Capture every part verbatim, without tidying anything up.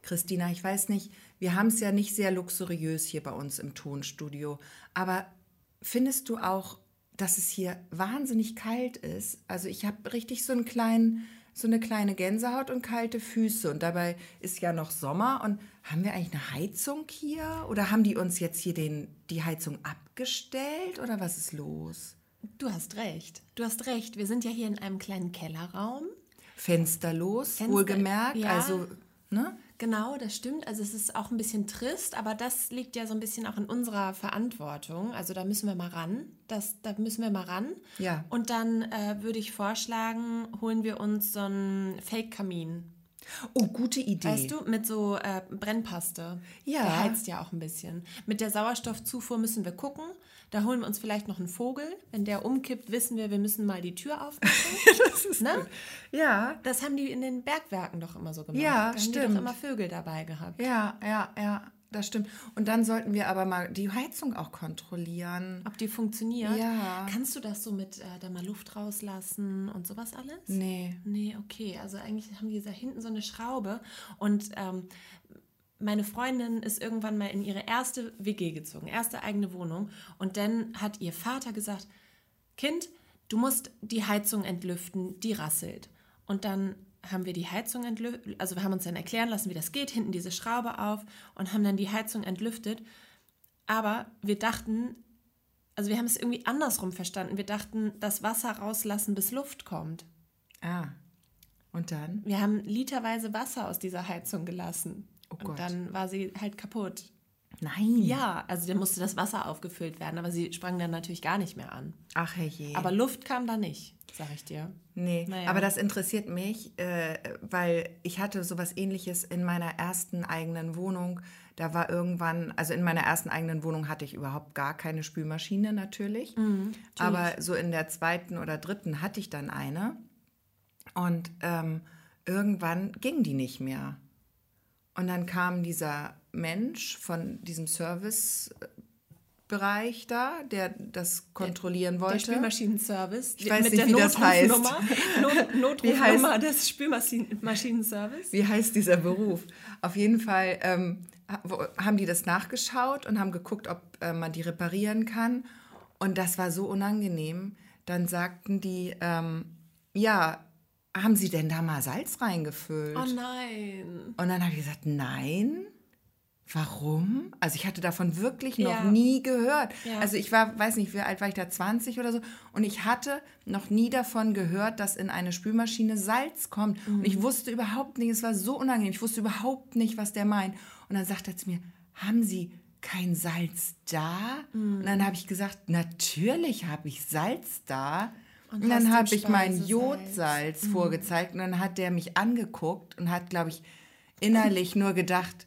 Christina, ich weiß nicht, wir haben es ja nicht sehr luxuriös hier bei uns im Tonstudio, aber findest du auch, dass es hier wahnsinnig kalt ist? Also ich habe richtig so einen kleinen, so eine kleine Gänsehaut und kalte Füße und dabei ist ja noch Sommer und haben wir eigentlich eine Heizung hier oder haben die uns jetzt hier den, die Heizung abgestellt oder was ist los? Du hast recht, du hast recht. Wir sind ja hier in einem kleinen Kellerraum. Fensterlos, Fenster, wohlgemerkt, ja. also, ne? Genau, das stimmt. Also es ist auch ein bisschen trist, aber das liegt ja so ein bisschen auch in unserer Verantwortung. Also da müssen wir mal ran. Das, da müssen wir mal ran. Ja. Und dann äh, würde ich vorschlagen, holen wir uns so einen Fake-Kamin. Oh, gute Idee. Weißt du, mit so äh, Brennpaste. Ja. Der heizt ja auch ein bisschen. Mit der Sauerstoffzufuhr müssen wir gucken. Da holen wir uns vielleicht noch einen Vogel. Wenn der umkippt, wissen wir, wir müssen mal die Tür aufmachen. Das ist ne? gut. Ja. Das haben die in den Bergwerken doch immer so gemacht. Ja, da haben stimmt. die doch immer Vögel dabei gehabt. Ja, ja, ja, das stimmt. Und dann sollten wir aber mal die Heizung auch kontrollieren. Ob die funktioniert? Ja. Kannst du das so mit äh, da mal Luft rauslassen und sowas alles? Nee. Nee, okay. Also eigentlich haben die da hinten so eine Schraube und ähm, meine Freundin ist irgendwann mal in ihre erste W G gezogen, erste eigene Wohnung und dann hat ihr Vater gesagt, Kind, du musst die Heizung entlüften, die rasselt. Und dann haben wir die Heizung entlüftet, also wir haben uns dann erklären lassen, wie das geht, hinten diese Schraube auf und haben dann die Heizung entlüftet. Aber wir dachten, also wir haben es irgendwie andersrum verstanden. Wir dachten, das Wasser rauslassen, bis Luft kommt. Ah. Und dann? Wir haben literweise Wasser aus dieser Heizung gelassen. Oh Gott. Und dann war sie halt kaputt. Nein. Ja, also dann musste das Wasser aufgefüllt werden, aber sie sprang dann natürlich gar nicht mehr an. Ach herrje. Aber Luft kam da nicht, sag ich dir. Nee, Naja. aber das interessiert mich, äh, weil ich hatte sowas Ähnliches in meiner ersten eigenen Wohnung. Da war irgendwann, also in meiner ersten eigenen Wohnung hatte ich überhaupt gar keine Spülmaschine natürlich. Mhm, aber so in der zweiten oder dritten hatte ich dann eine. Und ähm, irgendwann ging die nicht mehr. Und dann kam dieser Mensch von diesem Servicebereich da, der das kontrollieren wollte. Der Spülmaschinenservice. Ich weiß mit nicht, der wie das heißt. Notrufnummer, Not, Notrufnummer des Spülmaschinenservice. Wie heißt dieser Beruf? Auf jeden Fall ähm, haben die das nachgeschaut und haben geguckt, ob äh, man die reparieren kann. Und das war so unangenehm. Dann sagten die, ähm, ja, haben Sie denn da mal Salz reingefüllt? Oh nein. Und dann habe ich gesagt, nein. Warum? Also ich hatte davon wirklich noch Ja. nie gehört. Ja. Also ich war, weiß nicht, wie alt war ich da, zwanzig oder so. Und ich hatte noch nie davon gehört, dass in eine Spülmaschine Salz kommt. Mhm. Und ich wusste überhaupt nicht, es war so unangenehm. Ich wusste überhaupt nicht, was der meint. Und dann sagt er zu mir, haben Sie kein Salz da? Mhm. Und dann habe ich gesagt, natürlich habe ich Salz da. Und Und, hast dann ihm habe ich mein Speisesalz. Jodsalz vorgezeigt. Und dann hat der mich angeguckt und hat, glaube ich, innerlich nur gedacht,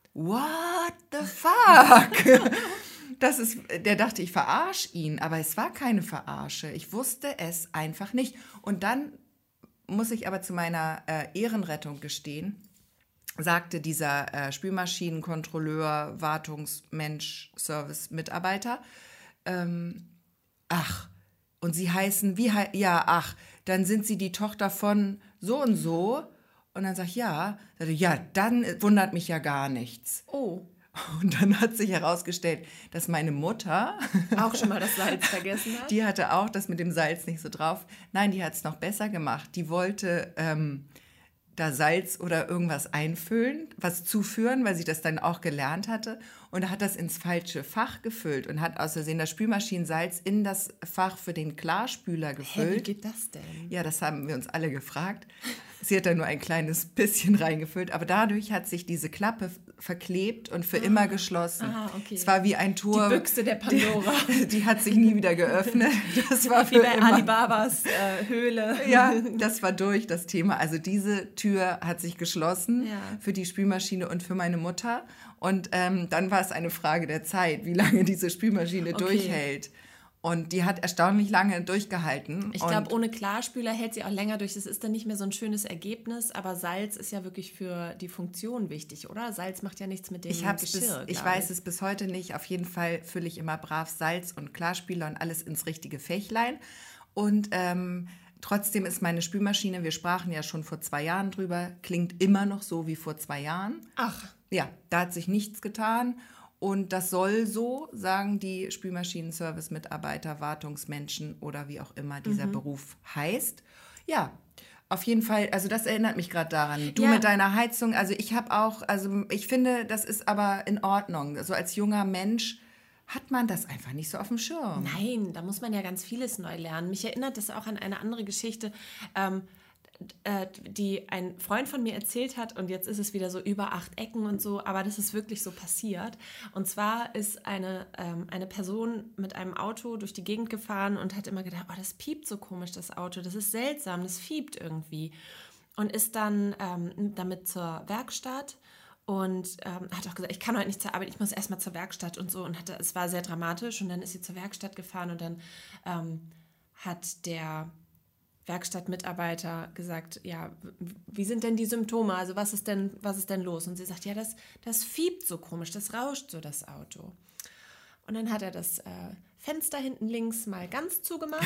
what the fuck? Das ist, der dachte, ich verarsche ihn, aber es war keine Verarsche. Ich wusste es einfach nicht. Und dann muss ich aber zu meiner äh, Ehrenrettung gestehen, sagte dieser äh, Spülmaschinenkontrolleur, Wartungsmensch, Service-Mitarbeiter, ähm, ach, und Sie heißen, wie, hei- ja, ach, dann sind Sie die Tochter von so und so. Und dann sag ich, ja. Sagte, ja, dann wundert mich ja gar nichts. Oh, Und dann hat sich herausgestellt, dass meine Mutter, auch schon mal das Salz vergessen hat. die hatte auch das mit dem Salz nicht so drauf. Nein, die hat es noch besser gemacht. Die wollte ähm, da Salz oder irgendwas einfüllen, was zuführen, weil sie das dann auch gelernt hatte. Und hat das ins falsche Fach gefüllt und hat aus Versehen das Spülmaschinensalz in das Fach für den Klarspüler gefüllt. Hä, wie geht das denn? Ja, das haben wir uns alle gefragt. Sie hat da nur ein kleines bisschen reingefüllt, aber dadurch hat sich diese Klappe verklebt und für immer geschlossen. Ah, okay. Es war wie ein Tor. Die Büchse der Pandora. Die, die hat sich nie wieder geöffnet. Das war Wie für bei immer. Alibabas äh, Höhle. Ja, das war durch, das Thema. Also diese Tür hat sich geschlossen Ja. für die Spülmaschine und für meine Mutter. Und ähm, dann war es eine Frage der Zeit, wie lange diese Spülmaschine Okay. durchhält. Und die hat erstaunlich lange durchgehalten. Ich Und glaube, ohne Klarspüler hält sie auch länger durch. Das ist dann nicht mehr so ein schönes Ergebnis, aber Salz ist ja wirklich für die Funktion wichtig, oder? Salz macht ja nichts mit dem Ich, hab's bis, Geschirr. ich glaub weiß es bis heute nicht. Auf jeden Fall fülle ich immer brav Salz und Klarspüler und alles ins richtige Fächlein. Und ähm, Trotzdem ist meine Spülmaschine, wir sprachen ja schon vor zwei Jahren drüber, klingt immer noch so wie vor zwei Jahren. Ach. Ja, da hat sich nichts getan. Und das soll so, sagen die Spülmaschinen-Service-Mitarbeiter, Wartungsmenschen oder wie auch immer dieser mhm. Beruf heißt. Ja, auf jeden Fall, also das erinnert mich gerade daran. Du ja. mit deiner Heizung, also ich habe auch, also ich finde, das ist aber in Ordnung. Also als junger Mensch hat man das einfach nicht so auf dem Schirm. Nein, da muss man ja ganz vieles neu lernen. Mich erinnert das auch an eine andere Geschichte, ähm, äh, die ein Freund von mir erzählt hat, und jetzt ist es wieder so über acht Ecken und so, aber das ist wirklich so passiert. Und zwar ist eine, ähm, eine Person mit einem Auto durch die Gegend gefahren und hat immer gedacht, oh, das piept so komisch, das Auto, das ist seltsam, das fiebt irgendwie. Und ist dann ähm, damit zur Werkstatt und ähm, hat auch gesagt, ich kann heute nicht zur Arbeit, ich muss erstmal zur Werkstatt und so. Und hatte, es war sehr dramatisch und dann ist sie zur Werkstatt gefahren und dann ähm, hat der Werkstattmitarbeiter gesagt, ja, wie sind denn die Symptome? Also was ist denn, was ist denn los? Und sie sagt, ja, das, das fiebt so komisch, das rauscht so das Auto. Und dann hat er das äh, Fenster hinten links mal ganz zugemacht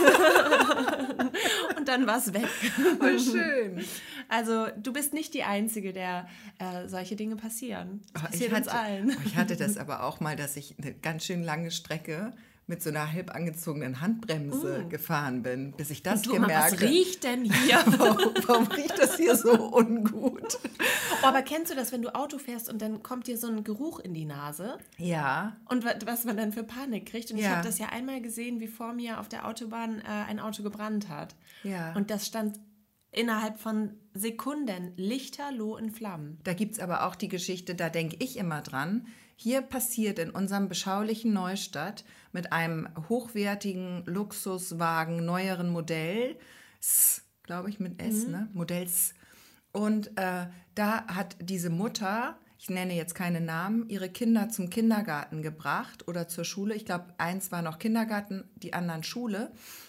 und dann war es weg. Voll schön. Also du bist nicht die Einzige, der äh, solche Dinge passieren. Das oh, passiert ich hatte, uns allen. Oh, ich hatte das aber auch mal, dass ich eine ganz schön lange Strecke mit so einer halb angezogenen Handbremse mm. gefahren bin, bis ich das du, gemerkt habe. Was riecht denn hier? warum, warum riecht das hier so ungut? Oh, aber kennst du das, wenn du Auto fährst und dann kommt dir so ein Geruch in die Nase? Ja. Und was man dann für Panik kriegt. Und ja. ich habe das ja einmal gesehen, wie vor mir auf der Autobahn äh, ein Auto gebrannt hat. Ja. Und das stand innerhalb von Sekunden lichterloh in Flammen. Da gibt es aber auch die Geschichte, da denke ich immer dran. Hier passiert in unserem beschaulichen Neustadt mit einem hochwertigen Luxuswagen neueren Modells, glaube ich mit S, mhm. ne? Modells. Und äh, da hat diese Mutter, ich nenne jetzt keine Namen, ihre Kinder zum Kindergarten gebracht oder zur Schule. Ich glaube, eins war noch Kindergarten, die anderen Schule.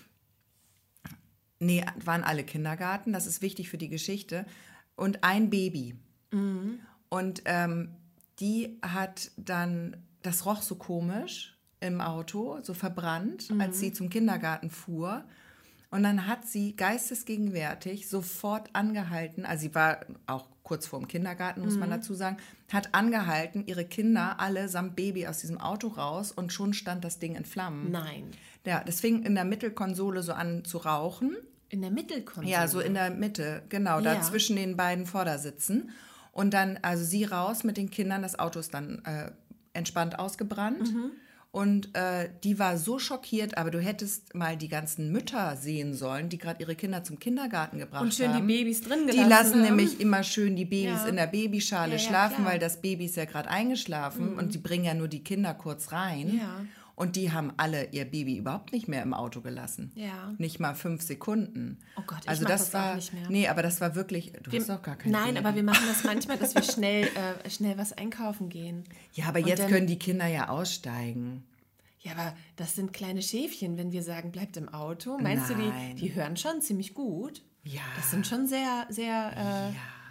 Nee, waren alle Kindergarten, das ist wichtig für die Geschichte. Und ein Baby. Mhm. Und ähm, die hat dann, das roch so komisch im Auto, so verbrannt, mhm. als sie zum Kindergarten fuhr. Und dann hat sie geistesgegenwärtig sofort angehalten, also sie war auch kurz vorm Kindergarten, muss mhm. man dazu sagen, hat angehalten, ihre Kinder alle samt Baby aus diesem Auto raus und schon stand das Ding in Flammen. Nein. Ja, das fing in der Mittelkonsole so an zu rauchen. In der Mittelkonsole? Ja, so in der Mitte, genau, ja. da zwischen den beiden Vordersitzen. Und dann, also sie raus mit den Kindern, das Auto ist dann äh, entspannt ausgebrannt. Mhm. Und äh, die war so schockiert, aber du hättest mal die ganzen Mütter sehen sollen, die gerade ihre Kinder zum Kindergarten gebracht haben. Und schön haben. die Babys drin gelassen Die lassen haben. nämlich immer schön die Babys ja. in der Babyschale ja, ja, schlafen, klar. weil das Baby ist ja gerade eingeschlafen mhm. und die bringen ja nur die Kinder kurz rein. Ja. Und die haben alle ihr Baby überhaupt nicht mehr im Auto gelassen. Ja. Nicht mal fünf Sekunden. Oh Gott, ich also mach das, das war, auch nicht mehr. Nee, aber das war wirklich, du wir, hast doch gar kein Nein, Baby. aber wir machen das manchmal, dass wir schnell, äh, schnell was einkaufen gehen. Ja, aber und jetzt dann, können die Kinder ja aussteigen. Ja, aber das sind kleine Schäfchen, wenn wir sagen, bleibt im Auto. Meinst Nein. du, die, die hören schon ziemlich gut? Ja. Das sind schon sehr, sehr... Äh, ja.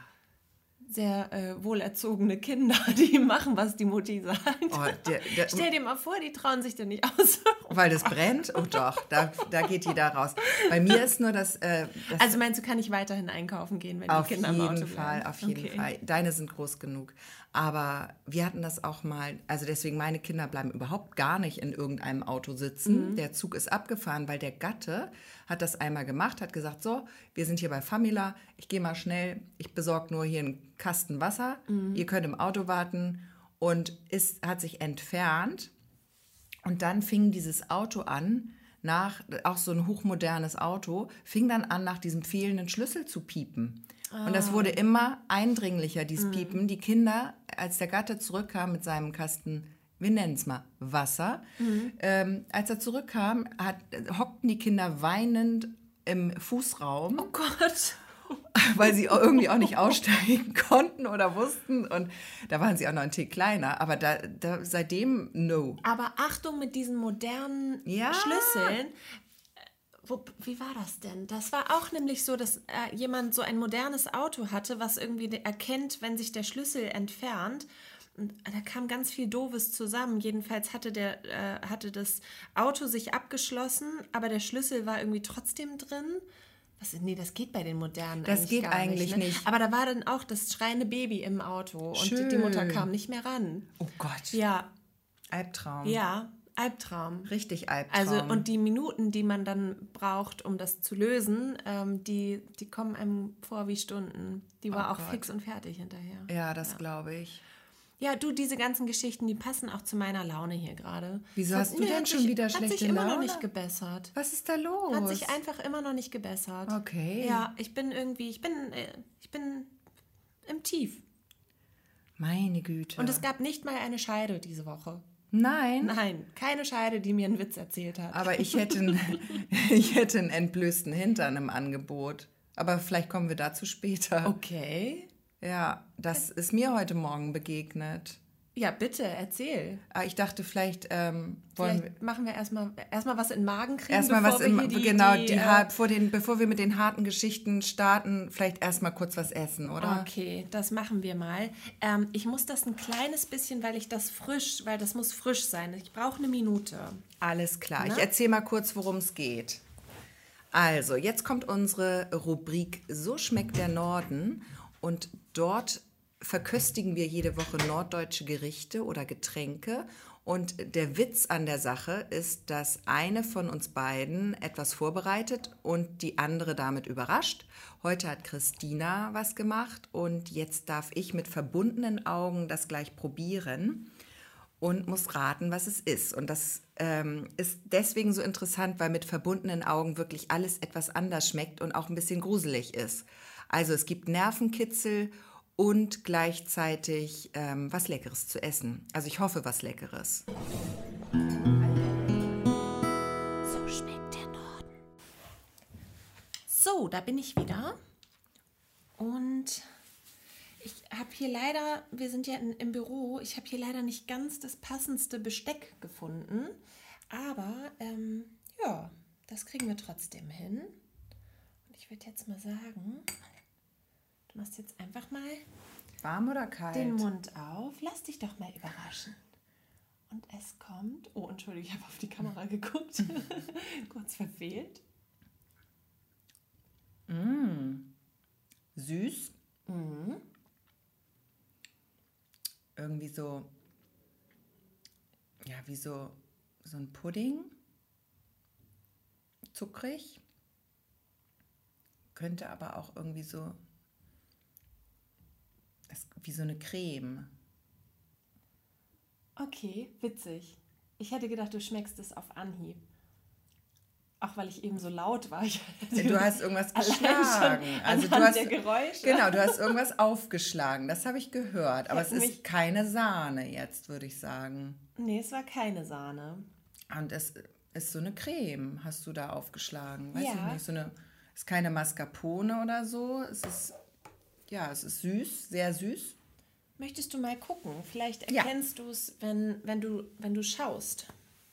sehr äh, wohlerzogene Kinder, die machen, was die Mutti sagt. Oh, der, der, Stell dir mal vor, die trauen sich denn nicht aus. Weil das brennt? Oh doch, da, da geht jeder raus. Bei mir ist nur das... Äh, das also meinst du, kann ich weiterhin einkaufen gehen, wenn die Kinder im Auto bleiben? Auf jeden Fall, auf jeden okay. Fall. Deine sind groß genug. Aber wir hatten das auch mal, also deswegen meine Kinder bleiben überhaupt gar nicht in irgendeinem Auto sitzen. Mhm. Der Zug ist abgefahren, weil der Gatte hat das einmal gemacht, hat gesagt, so, wir sind hier bei Famila, ich gehe mal schnell, ich besorge nur hier einen Kasten Wasser, mhm. ihr könnt im Auto warten und ist, hat sich entfernt und dann fing dieses Auto an, nach, auch so ein hochmodernes Auto, fing dann an, nach diesem fehlenden Schlüssel zu piepen. Ah. Und das wurde immer eindringlicher, dieses mhm. Piepen. Die Kinder, als der Gatte zurückkam mit seinem Kasten, wir nennen es mal Wasser, mhm. ähm, als er zurückkam, hat, hockten die Kinder weinend im Fußraum. Oh Gott! Weil sie auch irgendwie auch nicht aussteigen konnten oder wussten. Und da waren sie auch noch ein Tick kleiner. Aber da, da seitdem, no. Aber Achtung mit diesen modernen ja. Schlüsseln. Wo, wie war das denn? Das war auch nämlich so, dass äh, jemand so ein modernes Auto hatte, was irgendwie erkennt, wenn sich der Schlüssel entfernt. Und da kam ganz viel Doofes zusammen. Jedenfalls hatte, der, äh, hatte das Auto sich abgeschlossen, aber der Schlüssel war irgendwie trotzdem drin. Was, nee, das geht bei den modernen Das eigentlich geht gar eigentlich nicht, ne? nicht. Aber da war dann auch das schreiende Baby im Auto und die, die Mutter kam nicht mehr ran. Oh Gott. Ja, Albtraum. ja, Albtraum. Richtig Albtraum. Also und die Minuten, die man dann braucht, um das zu lösen, ähm, die, die kommen einem vor wie Stunden. Die war Oh auch Gott. fix und fertig hinterher. Ja, das glaube ich. Ja, du, diese ganzen Geschichten, die passen auch zu meiner Laune hier gerade. Wieso Hat- hast du nee, denn hat schon sich, wieder Hat schlechte sich immer noch Laune? nicht gebessert. Was ist da los? Hat sich einfach immer noch nicht gebessert. Okay. Ja, ich bin irgendwie, ich bin, äh, ich bin im Tief. Meine Güte. Und es gab nicht mal eine Scheide diese Woche. Nein. Nein, keine Scheide, die mir einen Witz erzählt hat. Aber ich hätte, einen, ich hätte einen entblößten Hintern im Angebot. Aber vielleicht kommen wir dazu später. Okay. Ja, das ist mir heute Morgen begegnet. Ja, bitte, erzähl. Ah, ich dachte, vielleicht ähm, wollen Vielleicht machen wir erstmal erstmal was in den Magen kriegen, wir erstmal bevor was wir im, hier die, genau, die, die, äh, hart, vor den, bevor wir mit den harten Geschichten starten, vielleicht erstmal kurz was essen, oder? Okay, das machen wir mal. Ähm, ich muss das ein kleines bisschen, weil ich das frisch, weil das muss frisch sein. Ich brauche eine Minute. Alles klar. Na? Ich erzähle mal kurz, worum es geht. Also, jetzt kommt unsere Rubrik So schmeckt der Norden und dort verköstigen wir jede Woche norddeutsche Gerichte oder Getränke. Und der Witz an der Sache ist, dass eine von uns beiden etwas vorbereitet und die andere damit überrascht. Heute hat Christina was gemacht und jetzt darf ich mit verbundenen Augen das gleich probieren und muss raten, was es ist. Und das ähm, ist deswegen so interessant, weil mit verbundenen Augen wirklich alles etwas anders schmeckt und auch ein bisschen gruselig ist. Also es gibt Nervenkitzel und gleichzeitig ähm, was Leckeres zu essen. Also ich hoffe, was Leckeres. So schmeckt der Norden. So, da bin ich wieder. Und ich habe hier leider, wir sind ja in, im Büro, ich habe hier leider nicht ganz das passendste Besteck gefunden. Aber ähm, ja, das kriegen wir trotzdem hin. Und ich würde jetzt mal sagen, du machst jetzt einfach mal Warm oder kalt? den Mund auf. Lass dich doch mal überraschen. Und es kommt... Oh, Entschuldigung, ich habe auf die Kamera geguckt. Kurz verfehlt. Süß. Mhm. Irgendwie so, ja, wie so, so ein Pudding. Zuckrig. Könnte aber auch irgendwie so, das, wie so eine Creme. Okay, witzig. Ich hätte gedacht, du schmeckst es auf Anhieb. Auch weil ich eben so laut war. Ich Du hast irgendwas Allein geschlagen. schon Also du anhand hast, der Geräusche. genau, du hast irgendwas aufgeschlagen. Das habe ich gehört. Aber es Hätten ist mich- keine Sahne jetzt, würde ich sagen. Nee, es war keine Sahne. Und es ist so eine Creme, hast du da aufgeschlagen. Weiß Ja. ich nicht, so eine, ist keine Mascarpone oder so. Es ist, ja, es ist süß, sehr süß. Möchtest du mal gucken? Vielleicht Ja. erkennst du es, wenn, wenn, du, wenn du schaust.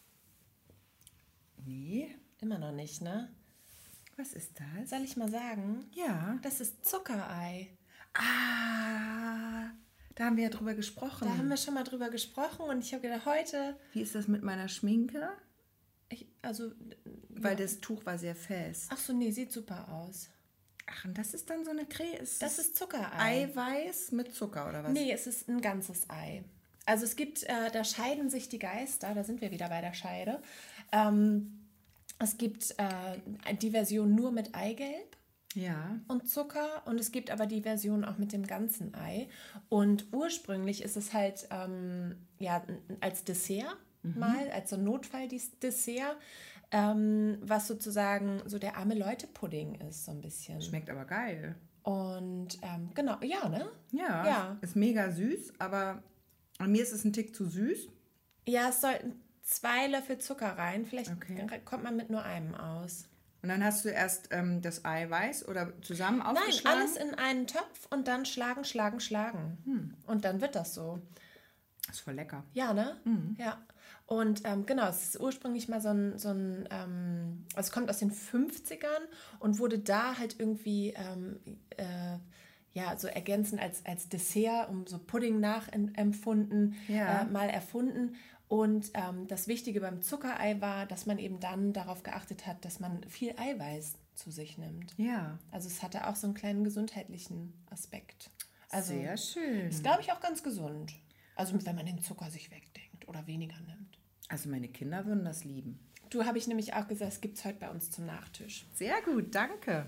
Nee, Immer noch nicht, ne? was ist das? Soll ich mal sagen? Ja. Das ist Zuckerei. Ah, da haben wir ja drüber gesprochen. Da haben wir schon mal drüber gesprochen und ich habe gedacht, heute, Wie ist das mit meiner Schminke? ich, also, Weil das Tuch war sehr fest. ach so, nee, sieht super aus. Ach, und das ist dann so eine Creme. Ist Das ist Zuckerei. Eiweiß mit Zucker oder was? Nee, es ist ein ganzes Ei. Also es gibt, äh, da scheiden sich die Geister, da sind wir wieder bei der Scheide. Ähm, es gibt äh, die Version nur mit Eigelb Ja. und Zucker und es gibt aber die Version auch mit dem ganzen Ei. Und ursprünglich ist es halt ähm, ja, als Dessert mal, als so ein Notfalldessert, ähm, was sozusagen so der arme Leute-Pudding ist, so ein bisschen. Schmeckt aber geil. Und ähm, genau, ja, ne? Ja, Ja. ist mega süß, aber an mir ist es ein Tick zu süß. Ja, es sollten zwei Löffel Zucker rein. Vielleicht Okay. kommt man mit nur einem aus. Und dann hast du erst ähm, das Eiweiß oder zusammen Nein, aufgeschlagen? alles in einen Topf und dann schlagen, schlagen, schlagen. Und dann wird das so. Das ist voll lecker. Ja, ne? Ja. Und ähm, genau, es ist ursprünglich mal so ein, so ein ähm, also es kommt aus den fünfzigern und wurde da halt irgendwie ähm, äh, ja, so ergänzend als, als Dessert, um so Pudding nachempfunden, Ja. äh, mal erfunden. Und ähm, das Wichtige beim Zuckerei war, dass man eben dann darauf geachtet hat, dass man viel Eiweiß zu sich nimmt. Ja. Also es hatte auch so einen kleinen gesundheitlichen Aspekt. Also Sehr schön. ist, glaube ich, auch ganz gesund. Also wenn man den Zucker sich wegdenkt oder weniger nimmt. Also meine Kinder würden das lieben. Du, habe ich nämlich auch gesagt, es gibt es heute bei uns zum Nachtisch. Sehr gut, danke.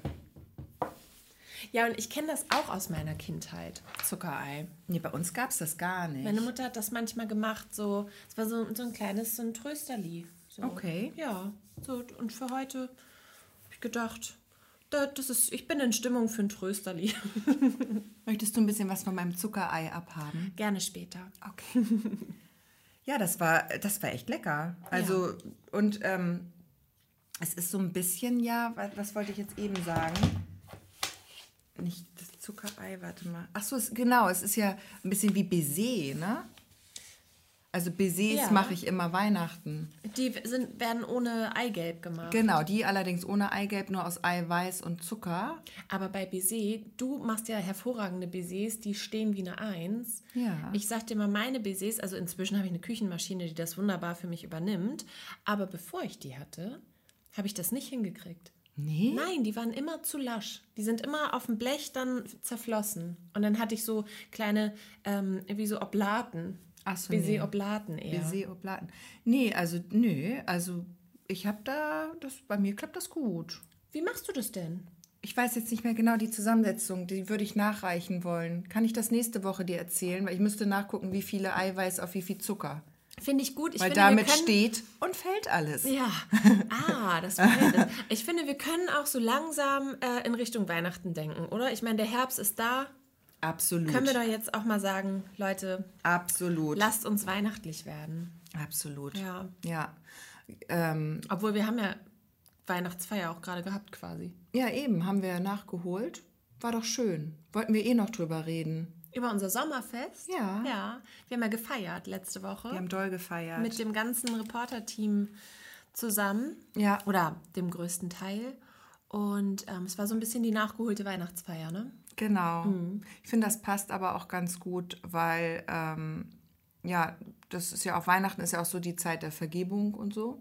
Ja, und ich kenne das auch aus meiner Kindheit, Zuckerei. Nee, bei uns gab es das gar nicht. Meine Mutter hat das manchmal gemacht, so, es war so, so ein kleines, so ein Trösterli. So. Okay. Ja, so, und für heute habe ich gedacht, da, das ist, ich bin in Stimmung für ein Trösterli. Möchtest du ein bisschen was von meinem Zuckerei abhaben? Gerne später. Okay. Ja, das war, das war echt lecker. Also, ja. und ähm, es ist so ein bisschen, ja, was, was wollte ich jetzt eben sagen? Nicht das Zuckerei, warte mal. Ach so, es, genau, es ist ja ein bisschen wie Baiser, ne? Also Baisers Ja. mache ich immer Weihnachten. Die sind, werden ohne Eigelb gemacht. Genau, die allerdings ohne Eigelb, nur aus Eiweiß und Zucker. Aber bei Baiser, du machst ja hervorragende Baisers, die stehen wie eine Eins. Ja. Ich sag dir mal, meine Baisers, also inzwischen habe ich eine Küchenmaschine, die das wunderbar für mich übernimmt. Aber bevor ich die hatte, habe ich das nicht hingekriegt. Nee? Nein, die waren immer zu lasch. Die sind immer auf dem Blech dann zerflossen. Und dann hatte ich so kleine, ähm, wie so Oblaten. Ach so, Baiser-Oblaten eher. Baiser-Oblaten. Nee, also, nö, also ich habe da, das, bei mir klappt das gut. Wie machst du das denn? Ich weiß jetzt nicht mehr genau die Zusammensetzung, die würde ich nachreichen wollen. Kann ich das nächste Woche dir erzählen? Weil ich müsste nachgucken, wie viele Eiweiß auf wie viel Zucker. Finde ich gut. Ich Weil finde, damit wir können, steht und fällt alles. Ja, ah, das gefällt es. Ich finde, wir können auch so langsam äh, in Richtung Weihnachten denken, oder? Ich meine, der Herbst ist da. Absolut. Können wir doch jetzt auch mal sagen, Leute, Absolut. lasst uns weihnachtlich werden. Absolut. Ja. Ja. Ähm, Obwohl wir haben ja Weihnachtsfeier auch gerade gehabt quasi. ja, eben, haben wir ja nachgeholt. War doch schön. Wollten wir eh noch drüber reden. Über unser Sommerfest? Ja. Ja. Wir haben ja gefeiert letzte Woche. Wir haben doll gefeiert. Mit dem ganzen Reporter-Team zusammen. Ja. Oder dem größten Teil. Und ähm, es war so ein bisschen die nachgeholte Weihnachtsfeier, ne? Genau. Ich finde, das passt aber auch ganz gut, weil, ähm, ja, das ist ja auch, Weihnachten ist ja auch so die Zeit der Vergebung und so.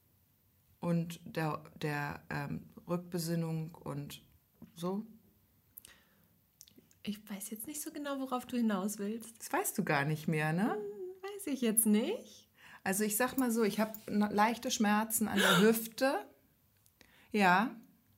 Und der, der ähm, Rückbesinnung und so. Ich weiß jetzt nicht so genau, worauf du hinaus willst. Das weißt du gar nicht mehr, ne? Weiß ich jetzt nicht. Also ich sag mal so, ich habe leichte Schmerzen an der Hüfte. Ja.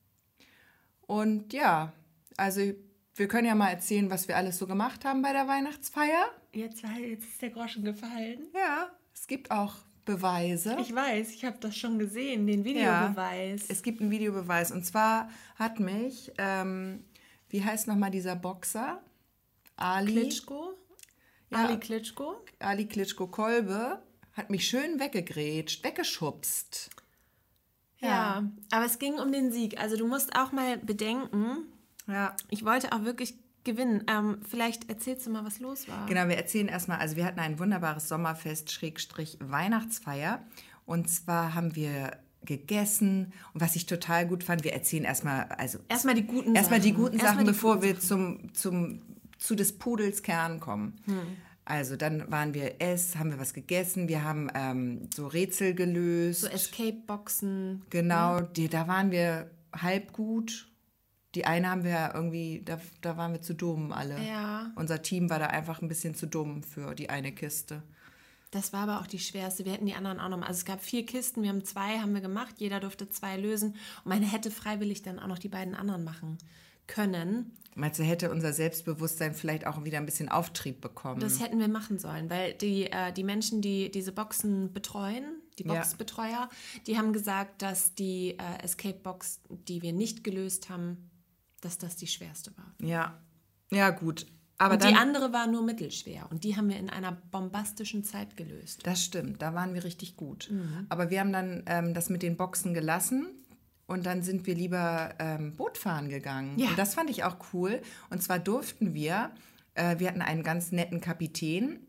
Und ja, also wir können ja mal erzählen, was wir alles so gemacht haben bei der Weihnachtsfeier. Jetzt, jetzt ist der Groschen gefallen. Ja, es gibt auch Beweise. Ich weiß, ich habe das schon gesehen, den Videobeweis. Ja, es gibt einen Videobeweis. Und zwar hat mich, ähm, wie heißt nochmal dieser Boxer? Ali. Klitschko? Ja. Ali Klitschko? Ali Klitschko-Kolbe hat mich schön weggegrätscht, weggeschubst. Ja. ja, aber es ging um den Sieg. Also du musst auch mal bedenken, ja. ich wollte auch wirklich gewinnen. Ähm, vielleicht erzählst du mal, was los war. Genau, wir erzählen erstmal, also wir hatten ein wunderbares Sommerfest, Schrägstrich Weihnachtsfeier. Und zwar haben wir gegessen. Und was ich total gut fand, wir erzählen erstmal, also erstmal die guten erstmal Sachen. die guten erstmal Sachen, die bevor guten wir zum, zum, zu des Pudels Kern kommen. Hm. Also dann waren wir es, haben wir was gegessen, wir haben ähm, so Rätsel gelöst. So Escape-Boxen. Genau, die, da waren wir halb gut. Die eine haben wir irgendwie, da, da waren wir zu dumm alle. Ja. Unser Team war da einfach ein bisschen zu dumm für die eine Kiste. Das war aber auch die schwerste. Wir hätten die anderen auch noch mal. Also es gab vier Kisten, wir haben zwei, haben wir gemacht. Jeder durfte zwei lösen. Und man hätte freiwillig dann auch noch die beiden anderen machen können. Meinst du, hätte unser Selbstbewusstsein vielleicht auch wieder ein bisschen Auftrieb bekommen? Das hätten wir machen sollen, weil die, äh, die Menschen, die diese Boxen betreuen, die Boxbetreuer, ja. die haben gesagt, dass die äh, Escape-Box, die wir nicht gelöst haben, dass das die schwerste war. Ja, ja gut. Aber und dann, die andere war nur mittelschwer und die haben wir in einer bombastischen Zeit gelöst. Das stimmt, da waren wir richtig gut. Mhm. Aber wir haben dann ähm, das mit den Boxen gelassen und dann sind wir lieber ähm, Boot fahren gegangen. Ja. Und das fand ich auch cool. Und zwar durften wir, äh, wir hatten einen ganz netten Kapitän.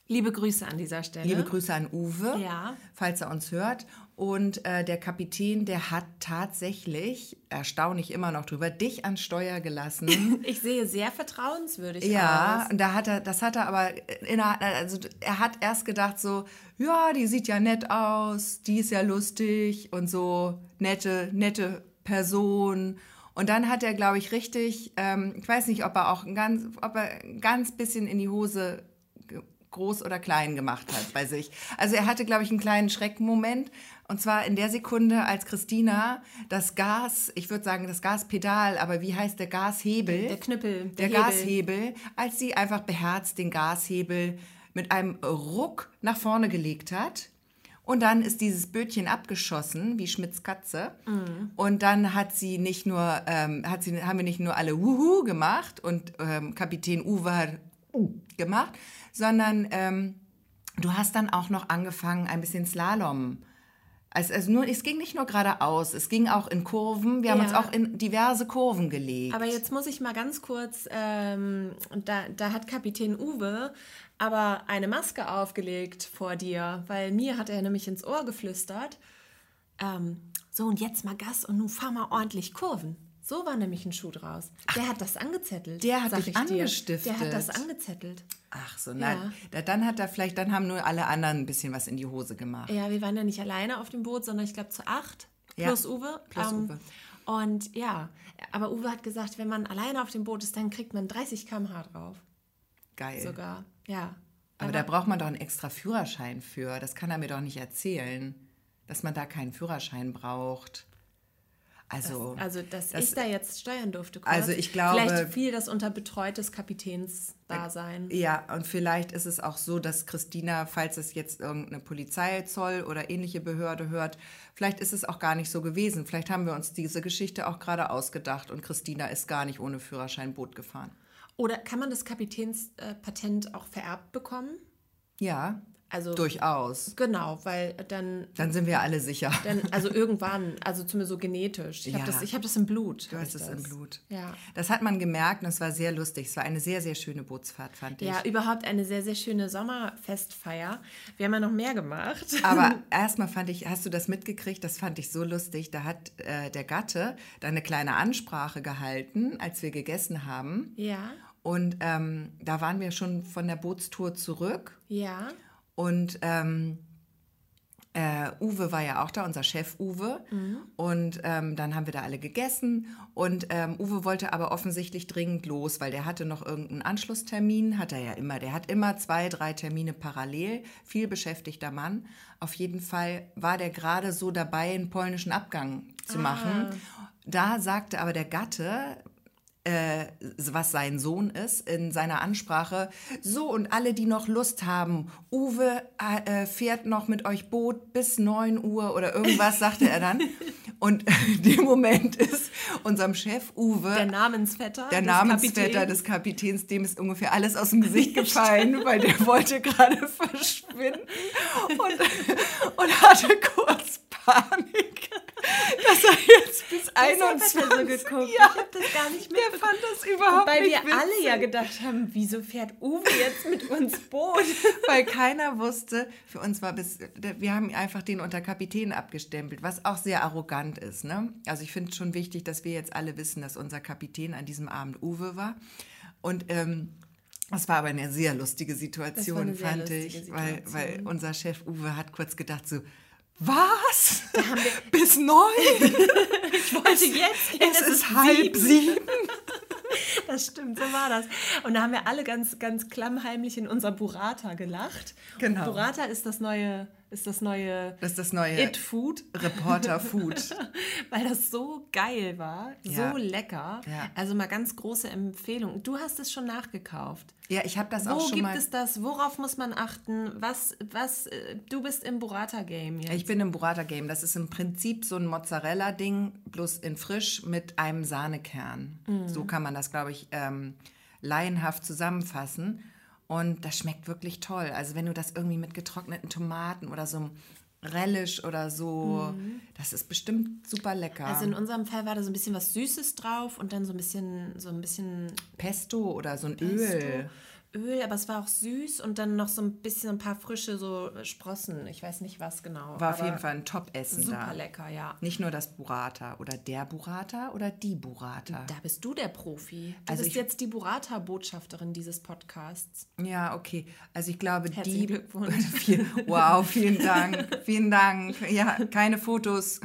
Liebe Grüße an dieser Stelle. Liebe Grüße an Uwe, Ja. falls er uns hört. Und äh, der Kapitän, der hat tatsächlich, erstaune ich immer noch drüber, dich ans Steuer gelassen. Ich sehe sehr vertrauenswürdig Ja, aus. und da hat er, das hat er aber, in der, also er hat erst gedacht so, ja, die sieht ja nett aus, die ist ja lustig und so nette, nette Person. Und dann hat er, glaube ich, richtig, ähm, ich weiß nicht, ob er auch ein ganz, ob er ein ganz bisschen in die Hose ge- groß oder klein gemacht hat bei sich. Also er hatte, glaube ich, einen kleinen Schreckmoment. Und zwar in der Sekunde, als Christina das Gas, ich würde sagen das Gaspedal, aber wie heißt der Gashebel? Der Knüppel, Der, der Hebel. Gashebel, als sie einfach beherzt den Gashebel mit einem Ruck nach vorne gelegt hat. Und dann ist dieses Bötchen abgeschossen, wie Schmidts Katze. Mhm. Und dann hat sie nicht nur, ähm, hat sie, haben wir nicht nur alle Wuhu gemacht und ähm, Kapitän Uwe hat uh gemacht, sondern ähm, du hast dann auch noch angefangen, ein bisschen Slalom. Also, also nur, es ging nicht nur geradeaus, es ging auch in Kurven. Wir haben Ja. uns auch in diverse Kurven gelegt. Aber jetzt muss ich mal ganz kurz, ähm, da, da hat Kapitän Uwe aber eine Maske aufgelegt vor dir, weil mir hat er nämlich ins Ohr geflüstert, ähm, so und jetzt mal Gas und nun fahr mal ordentlich Kurven. So war nämlich ein Schuh draus. Der hat das angezettelt. der hat sag dich ich dir. angestiftet. Der hat das angezettelt. Ach so, nein. Ja. Da, dann hat er vielleicht, dann haben nur alle anderen ein bisschen was in die Hose gemacht. Ja, wir waren ja nicht alleine auf dem Boot, sondern ich glaube zu acht, Ja, plus Uwe. plus Ähm, Uwe. Und ja, aber Uwe hat gesagt, wenn man alleine auf dem Boot ist, dann kriegt man dreißig Kilometer pro Stunde drauf. Geil. Sogar, ja. Aber da braucht man doch einen extra Führerschein für. Das kann er mir doch nicht erzählen, dass man da keinen Führerschein braucht. Also, Also, dass das- ich da jetzt steuern durfte. Kurz. Also ich glaube- Vielleicht fiel das unter betreutes Kapitänsdasein. ja, und vielleicht ist es auch so, dass Christina, falls es jetzt irgendeine Polizei, Zoll oder ähnliche Behörde hört, vielleicht ist es auch gar nicht so gewesen. Vielleicht haben wir uns diese Geschichte auch gerade ausgedacht und Christina ist gar nicht ohne Führerschein Boot gefahren. Oder kann man das Kapitänspatent auch vererbt bekommen? Ja, Also, durchaus. genau, weil dann, Dann sind wir alle sicher. dann also irgendwann, also zumindest so genetisch. Ich Ja. habe das, ich hab das im Blut. Du hab hast ich es das. im Blut. Ja. Das hat man gemerkt und es war sehr lustig. Es war eine sehr, sehr schöne Bootsfahrt, fand ich. Ja, überhaupt eine sehr, sehr schöne Sommerfestfeier. Wir haben ja noch mehr gemacht. Aber erstmal fand ich, hast du das mitgekriegt? Das fand ich so lustig. Da hat äh, der Gatte da eine kleine Ansprache gehalten, als wir gegessen haben. Ja, Und ähm, da waren wir schon von der Bootstour zurück. ja. Und ähm, äh, Uwe war ja auch da, unser Chef Uwe. Und ähm, dann haben wir da alle gegessen. Und ähm, Uwe wollte aber offensichtlich dringend los, weil der hatte noch irgendeinen Anschlusstermin. Hat er ja immer. Der hat immer zwei, drei Termine parallel. Viel beschäftigter Mann. Auf jeden Fall war der gerade so dabei, einen polnischen Abgang zu machen. Da sagte aber der Gatte, äh, was sein Sohn ist, in seiner Ansprache, so und alle, die noch Lust haben, Uwe äh, fährt noch mit euch Boot bis neun Uhr oder irgendwas, sagte er dann. Und in dem Moment ist unserem Chef Uwe, Der Namensvetter. der des Namensvetter Kapitäns. des Kapitäns, dem ist ungefähr alles aus dem Gesicht gefallen, weil der wollte gerade verschwinden und, und hatte kurz Panik, dass er jetzt bis Deshalb hat er einundzwanzig so geguckt. Ja, Ich habe das gar nicht der mitbekommen. fand das überhaupt Wobei nicht wir alle witzig. ja gedacht haben, wieso fährt Uwe jetzt mit uns Boot? Weil keiner wusste, für uns war bis, wir haben einfach den unter Kapitän abgestempelt, was auch sehr arrogant ist. Ne? Also ich finde es schon wichtig, dass wir jetzt alle wissen, dass unser Kapitän an diesem Abend Uwe war. Und ähm, das war aber eine sehr lustige Situation, eine sehr fand lustige ich, weil, Situation. weil unser Chef Uwe hat kurz gedacht so, was? haben wir- Bis neun? Ich wollte jetzt. Es ist halb sieben. Das stimmt, so war das. Und da haben wir alle ganz, ganz klammheimlich in unser Burrata gelacht. Genau. Burrata ist das neue, ist das neue Das ist das neue It-Food, Reporter Food. weil das so geil war, Ja. so lecker. Ja. Also mal ganz große Empfehlung. Du hast es schon nachgekauft. Ja, ich habe das Wo auch schon gibt mal... es das? Worauf muss man achten? Was, was, äh, du bist im Burrata-Game jetzt. Ich bin im Burrata-Game. Das ist im Prinzip so ein Mozzarella-Ding, bloß in frisch mit einem Sahnekern. So kann man das, glaube ich, ähm, laienhaft zusammenfassen. Und das schmeckt wirklich toll. Also wenn du das irgendwie mit getrockneten Tomaten oder so einem Relish oder so, das ist bestimmt super lecker. Also in unserem Fall war da so ein bisschen was Süßes drauf und dann so ein bisschen, so ein bisschen Pesto oder so ein Pesto. Öl. Öl, aber es war auch süß und dann noch so ein bisschen ein paar frische so Sprossen. Ich weiß nicht was genau. War auf aber jeden Fall ein Top-Essen da. super lecker, ja. Nicht nur das Burrata oder der Burrata oder die Burrata. Da bist du der Profi. Du Also bist ich- jetzt die Burrata-Botschafterin dieses Podcasts. Ja, okay. Also ich glaube, Herzlichen die... Glückwunsch. Viel- wow, vielen Dank. Vielen Dank. Ja, keine Fotos.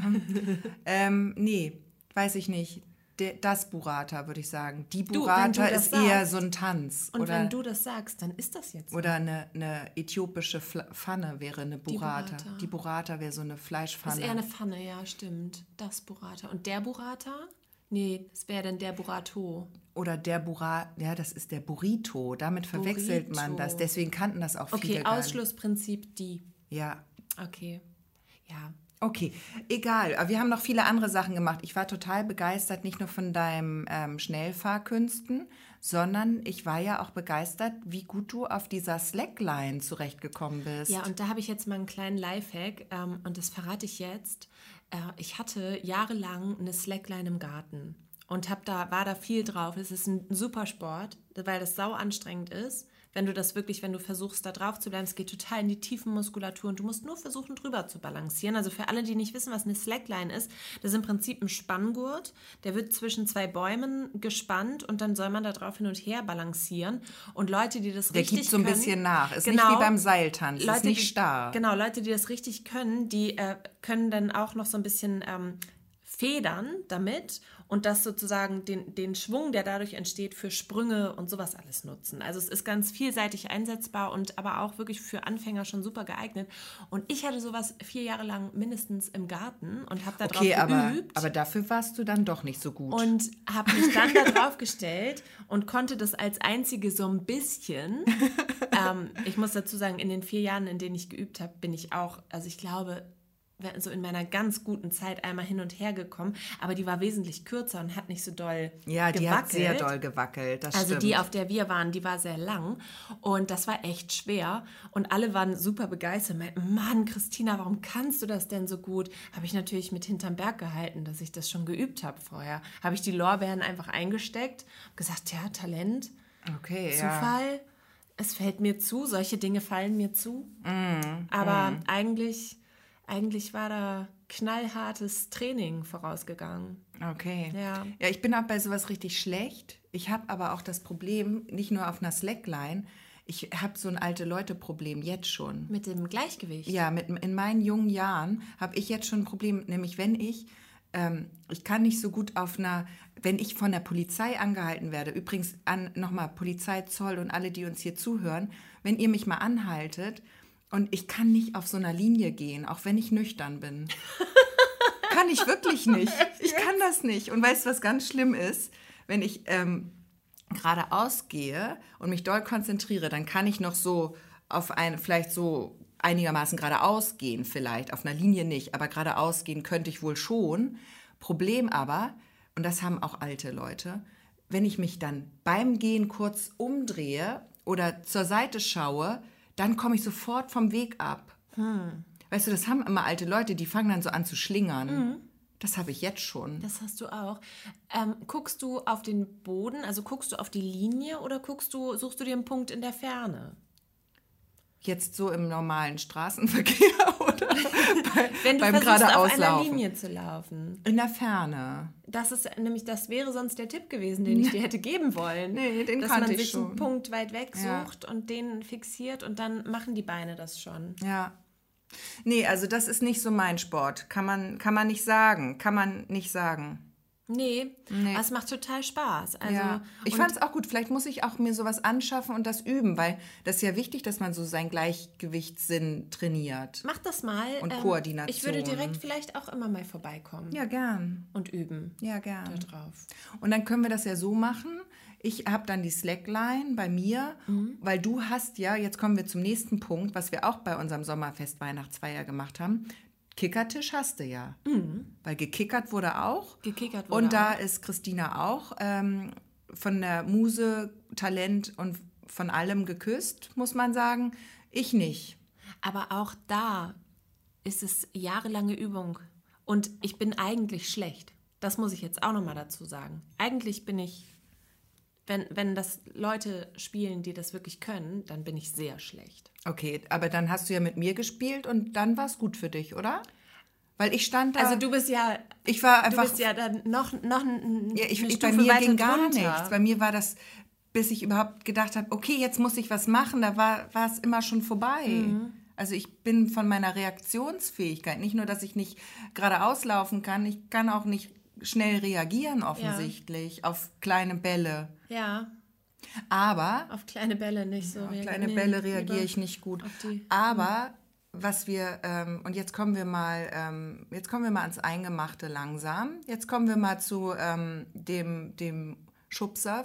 ähm, nee, weiß ich nicht. Der, das Burrata, würde ich sagen. Die Du, wenn Burrata du das ist eher sagst. so ein Tanz. Und oder wenn du das sagst, dann ist das jetzt so. oder eine, eine äthiopische Fla- Pfanne wäre eine Burrata. Burrata. Die Burrata wäre so eine Das Fleischpfanne. ist eher eine Pfanne, ja, stimmt. Das Burrata. Und der Burrata? Nee, das wäre dann der Burrato. Oder der Burrata, ja, das ist der Burrito. Damit verwechselt Burrito. man das. Deswegen kannten das auch viele Okay, gar nicht. Ausschlussprinzip die. Ja, Okay. Ja. okay, egal. Aber wir haben noch viele andere Sachen gemacht. Ich war total begeistert, nicht nur von deinem ähm, Schnellfahrkünsten, sondern ich war ja auch begeistert, wie gut du auf dieser Slackline zurechtgekommen bist. Ja, und da habe ich jetzt mal einen kleinen Lifehack ähm, und das verrate ich jetzt. Äh, ich hatte jahrelang eine Slackline im Garten und hab da, war da viel drauf. Es ist ein super Sport, weil das sau anstrengend ist. Wenn du das wirklich, wenn du versuchst, da drauf zu bleiben, es geht total in die tiefen Muskulatur und du musst nur versuchen, drüber zu balancieren. Also für alle, die nicht wissen, was eine Slackline ist, das ist im Prinzip ein Spanngurt, der wird zwischen zwei Bäumen gespannt und dann soll man da drauf hin und her balancieren. Und Leute, die das Der richtig gibt so ein können, bisschen nach. Ist genau, nicht wie beim Seiltanz, ist nicht die, starr. Genau, Leute, die das richtig können, die äh, können dann auch noch so ein bisschen ähm, federn damit und das sozusagen den, den Schwung, der dadurch entsteht, für Sprünge und sowas alles nutzen. Also es ist ganz vielseitig einsetzbar und aber auch wirklich für Anfänger schon super geeignet. Und ich hatte sowas vier Jahre lang mindestens im Garten und habe da Okay, drauf aber, geübt. aber dafür warst du dann doch nicht so gut. Und habe mich dann da drauf gestellt und konnte das als einzige so ein bisschen. ähm, ich muss dazu sagen, in den vier Jahren, in denen ich geübt habe, bin ich auch, also ich glaube, so in meiner ganz guten Zeit einmal hin und her gekommen, aber die war wesentlich kürzer und hat nicht so doll ja, die gewackelt. hat sehr doll gewackelt, das Also stimmt. die, auf der wir waren, die war sehr lang und das war echt schwer und alle waren super begeistert. Meinten, Mann, Christina, warum kannst du das denn so gut? Habe ich natürlich mit hinterm Berg gehalten, dass ich das schon geübt habe vorher. Habe ich die Lorbeeren einfach eingesteckt, gesagt, ja, Talent, Okay, ja. Zufall, es fällt mir zu, solche Dinge fallen mir zu. Mm, Aber eigentlich, eigentlich war da knallhartes Training vorausgegangen. Okay. Ja. Ja, ich bin auch bei sowas richtig schlecht. Ich habe aber auch das Problem, nicht nur auf einer Slackline, ich habe so ein Alte-Leute-Problem jetzt schon. Mit dem Gleichgewicht. Ja, mit, in meinen jungen Jahren habe ich jetzt schon ein Problem, nämlich wenn ich, ähm, ich kann nicht so gut auf einer, wenn ich von der Polizei angehalten werde, übrigens an nochmal Polizei, Zoll und alle, die uns hier zuhören, wenn ihr mich mal anhaltet und ich kann nicht auf so einer Linie gehen, auch wenn ich nüchtern bin. Kann ich wirklich nicht. Ich kann das nicht. Und weißt du, was ganz schlimm ist? Wenn ich ähm, geradeaus gehe und mich doll konzentriere, dann kann ich noch so auf ein, vielleicht so einigermaßen geradeaus gehen, vielleicht, auf einer Linie nicht, aber geradeaus gehen könnte ich wohl schon. Problem aber, und das haben auch alte Leute, wenn ich mich dann beim Gehen kurz umdrehe oder zur Seite schaue, dann komme ich sofort vom Weg ab. Hm. Weißt du, das haben immer alte Leute, die fangen dann so an zu schlingern. Mhm. Das habe ich jetzt schon. Das hast du auch. Ähm, guckst du auf den Boden, also guckst du auf die Linie oder guckst du, suchst du dir einen Punkt in der Ferne? Jetzt so im normalen Straßenverkehr oder bei, Wenn du beim versuchst, auf einer geradeauslaufen? Linie zu laufen. In der Ferne. Das ist nämlich, das wäre sonst der Tipp gewesen, den ich dir hätte geben wollen. Nee, den Dass kannte man ich sich schon. einen Punkt weit weg Ja. sucht und den fixiert und dann machen die Beine das schon. Ja. Nee, also das ist nicht so mein Sport. Kann man, kann man nicht sagen. Kann man nicht sagen. Nee, Nee. aber es macht total Spaß. Also, Ja. Ich und- fand es auch gut. Vielleicht muss ich auch mir sowas anschaffen und das üben, weil das ist ja wichtig, dass man so seinen Gleichgewichtssinn trainiert. Mach das mal. Und ähm, Koordination. Ich würde direkt vielleicht auch immer mal vorbeikommen Ja, gern. und üben Ja, da gern. drauf. Und dann können wir das ja so machen. Ich habe dann die Slackline bei mir, Mhm. weil du hast ja, jetzt kommen wir zum nächsten Punkt, was wir auch bei unserem Sommerfest Weihnachtsfeier gemacht haben. Kickertisch hast du ja. Weil gekickert wurde auch. Mhm. Gekickert wurde Und da auch. ist Christina auch ähm, von der Muse, Talent und von allem geküsst, muss man sagen. Ich nicht. Aber auch da ist es jahrelange Übung. Und ich bin eigentlich schlecht. Das muss ich jetzt auch nochmal dazu sagen. Eigentlich bin ich wenn, wenn das Leute spielen, die das wirklich können, dann bin ich sehr schlecht. Okay, aber dann hast du ja mit mir gespielt und dann war es gut für dich, oder? Weil ich stand da... Also du bist ja... Ich war einfach... Du bist ja dann noch, noch ein, ja, ich, eine ich, Stufe bei mir weiter ging gar drunter. nichts. Bei mir war das, bis ich überhaupt gedacht habe, okay, jetzt muss ich was machen, da war, war es immer schon vorbei. Mhm. Also ich bin von meiner Reaktionsfähigkeit, nicht nur, dass ich nicht geradeaus laufen kann, ich kann auch nicht schnell reagieren offensichtlich ja. auf kleine Bälle. Ja. Aber... Auf kleine Bälle nicht so. Auf kleine nee, Bälle reagiere ich nicht gut. Die, Aber... was wir, ähm, und jetzt kommen wir mal, ähm, jetzt kommen wir mal ans Eingemachte langsam. Jetzt kommen wir mal zu ähm, dem, dem Schubser,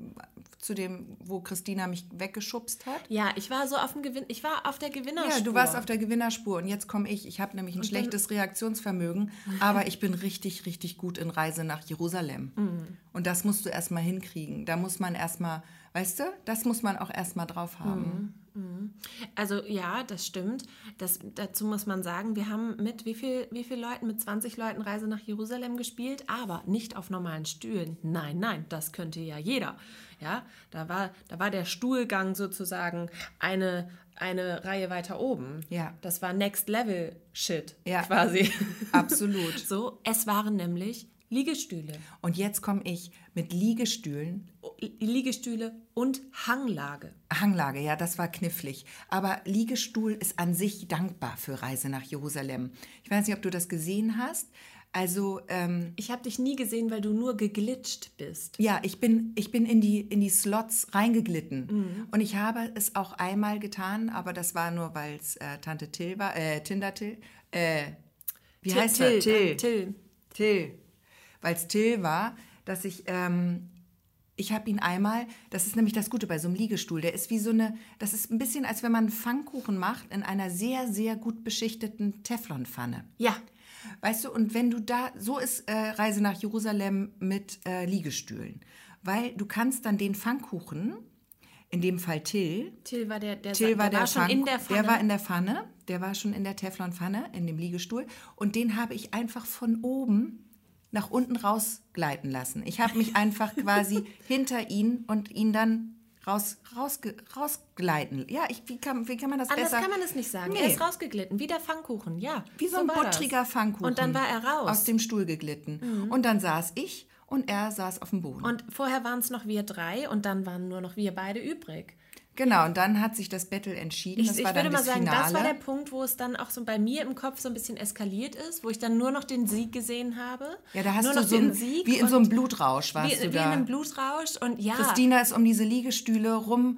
zu dem, wo Christina mich weggeschubst hat. Ja, ich war so auf dem Gewinn, ich war auf der Gewinnerspur. Ja, du warst auf der Gewinnerspur und jetzt komme ich. Ich habe nämlich ein und schlechtes dann, Reaktionsvermögen, aber ich bin richtig, richtig gut in Reise nach Jerusalem. Mhm. Und das musst du erstmal hinkriegen. Da muss man erstmal, weißt du, das muss man auch erstmal drauf haben. Mhm. Also ja, das stimmt. Das, dazu muss man sagen, wir haben mit wie viel, wie viel Leuten, mit zwanzig Leuten Reise nach Jerusalem gespielt, aber nicht auf normalen Stühlen. Nein, nein, das könnte ja jeder. Ja, da war, da war der Stuhlgang sozusagen eine, eine Reihe weiter oben. Ja. Das war Next Level Shit ja. quasi. Absolut. So, es waren nämlich Liegestühle. Und jetzt komme ich mit Liegestühlen. Liegestühle und Hanglage. Hanglage, ja, das war knifflig. Aber Liegestuhl ist an sich dankbar für Reise nach Jerusalem. Ich weiß nicht, ob du das gesehen hast. Also ähm, ich habe dich nie gesehen, weil du nur geglitscht bist. Ja, ich bin, ich bin in die, in die Slots reingeglitten. Mhm. Und ich habe es auch einmal getan, aber das war nur, weil es äh, Tante Till war, äh, Tinder Till, äh, wie Till, heißt Till, er? Till. Till. Till. Weil es Till war, dass ich, ähm, ich habe ihn einmal, das ist nämlich das Gute bei so einem Liegestuhl, der ist wie so eine, das ist ein bisschen, als wenn man einen Pfannkuchen macht in einer sehr, sehr gut beschichteten Teflonpfanne. Ja. Weißt du, und wenn du da, so ist äh, Reise nach Jerusalem mit äh, Liegestühlen, weil du kannst dann den Pfannkuchen, in dem Fall Till, Till war der, der, Till der war, der war schon Pfann, in der Pfanne. Der war in der Pfanne, der war schon in der Teflonpfanne, in dem Liegestuhl und den habe ich einfach von oben nach unten rausgleiten lassen. Ich habe mich einfach quasi hinter ihn und ihn dann raus, rausge, rausgleiten. Ja, ich, wie, kann, wie kann man das Anders besser... Anders kann man es nicht sagen. Nee. Er ist rausgeglitten, wie der Pfannkuchen, ja. Wie so, so ein buttriger Pfannkuchen. Und dann war er raus. Aus dem Stuhl geglitten. Mhm. Und dann saß ich und er saß auf dem Boden. Und vorher waren es noch wir drei und dann waren nur noch wir beide übrig. Genau, und dann hat sich das Battle entschieden. Ich, das ich war würde dann mal das sagen, Finale. das war der Punkt, wo es dann auch so bei mir im Kopf so ein bisschen eskaliert ist, wo ich dann nur noch den Sieg gesehen habe. Ja, da hast nur du noch so den ein, Sieg wie in so einem Blutrausch warst wie, du wie da. Wie in einem Blutrausch und ja. Christina ist um diese Liegestühle rum,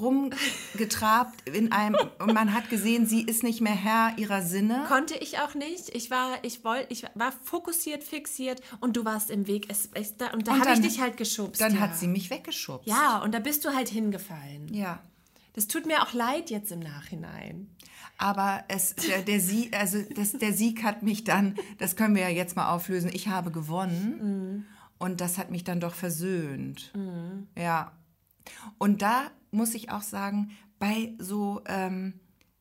rumgetrabt in einem, und man hat gesehen, sie ist nicht mehr Herr ihrer Sinne. Konnte ich auch nicht. Ich war, ich wollte, ich war fokussiert, fixiert und du warst im Weg. Es, es, da, und da habe ich dich halt geschubst. Dann ja. hat sie mich weggeschubst. Ja, und da bist du halt hingefallen. Ja. Das tut mir auch leid jetzt im Nachhinein. Aber es, der, der, Sieg, also das, der Sieg hat mich dann, das können wir ja jetzt mal auflösen, ich habe gewonnen mm. und das hat mich dann doch versöhnt. Mm. Ja. Und da muss ich auch sagen, bei so, ähm,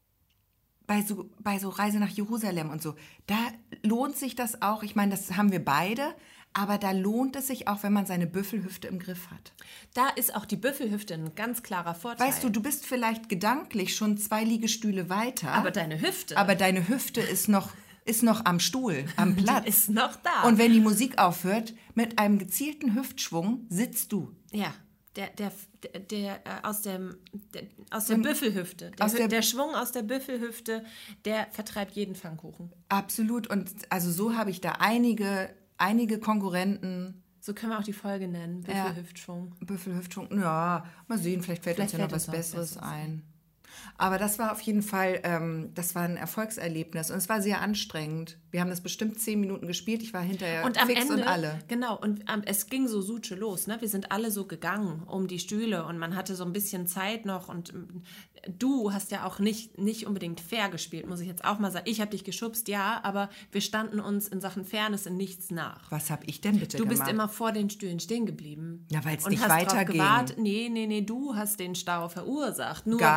bei so, bei so Reise nach Jerusalem und so, da lohnt sich das auch, ich meine, das haben wir beide, aber da lohnt es sich auch, wenn man seine Büffelhüfte im Griff hat. Da ist auch die Büffelhüfte ein ganz klarer Vorteil. Weißt du, du bist vielleicht gedanklich schon zwei Liegestühle weiter. Aber deine Hüfte. Aber deine Hüfte ist noch, ist noch am Stuhl, am Platz. Die ist noch da. Und wenn die Musik aufhört, mit einem gezielten Hüftschwung sitzt du. Ja, der, der, der, der äh, aus, dem, der, aus der Büffelhüfte. Der, aus der, der Schwung aus der Büffelhüfte, der vertreibt jeden Pfannkuchen. Absolut. Und also so habe ich da einige... Einige Konkurrenten. So können wir auch die Folge nennen. Büffelhüftschwung. Ja, Büffelhüftschwung. Ja, mal sehen, vielleicht fällt vielleicht uns ja noch was Besseres ein. Aber das war auf jeden Fall, ähm, das war ein Erfolgserlebnis und es war sehr anstrengend. Wir haben das bestimmt zehn Minuten gespielt. Ich war hinterher und am fix Ende, und alle. Genau, und ähm, es ging so suche los. Ne? Wir sind alle so gegangen um die Stühle und man hatte so ein bisschen Zeit noch. Und ähm, du hast ja auch nicht, nicht unbedingt fair gespielt, muss ich jetzt auch mal sagen. Ich habe dich geschubst, ja, aber wir standen uns in Sachen Fairness in nichts nach. Was habe ich denn bitte du gemacht? Du bist immer vor den Stühlen stehen geblieben. Ja, weil es und nicht hast weiterging. Gewartet. Nee, nee, nee, du hast den Stau verursacht. Nur Gar weil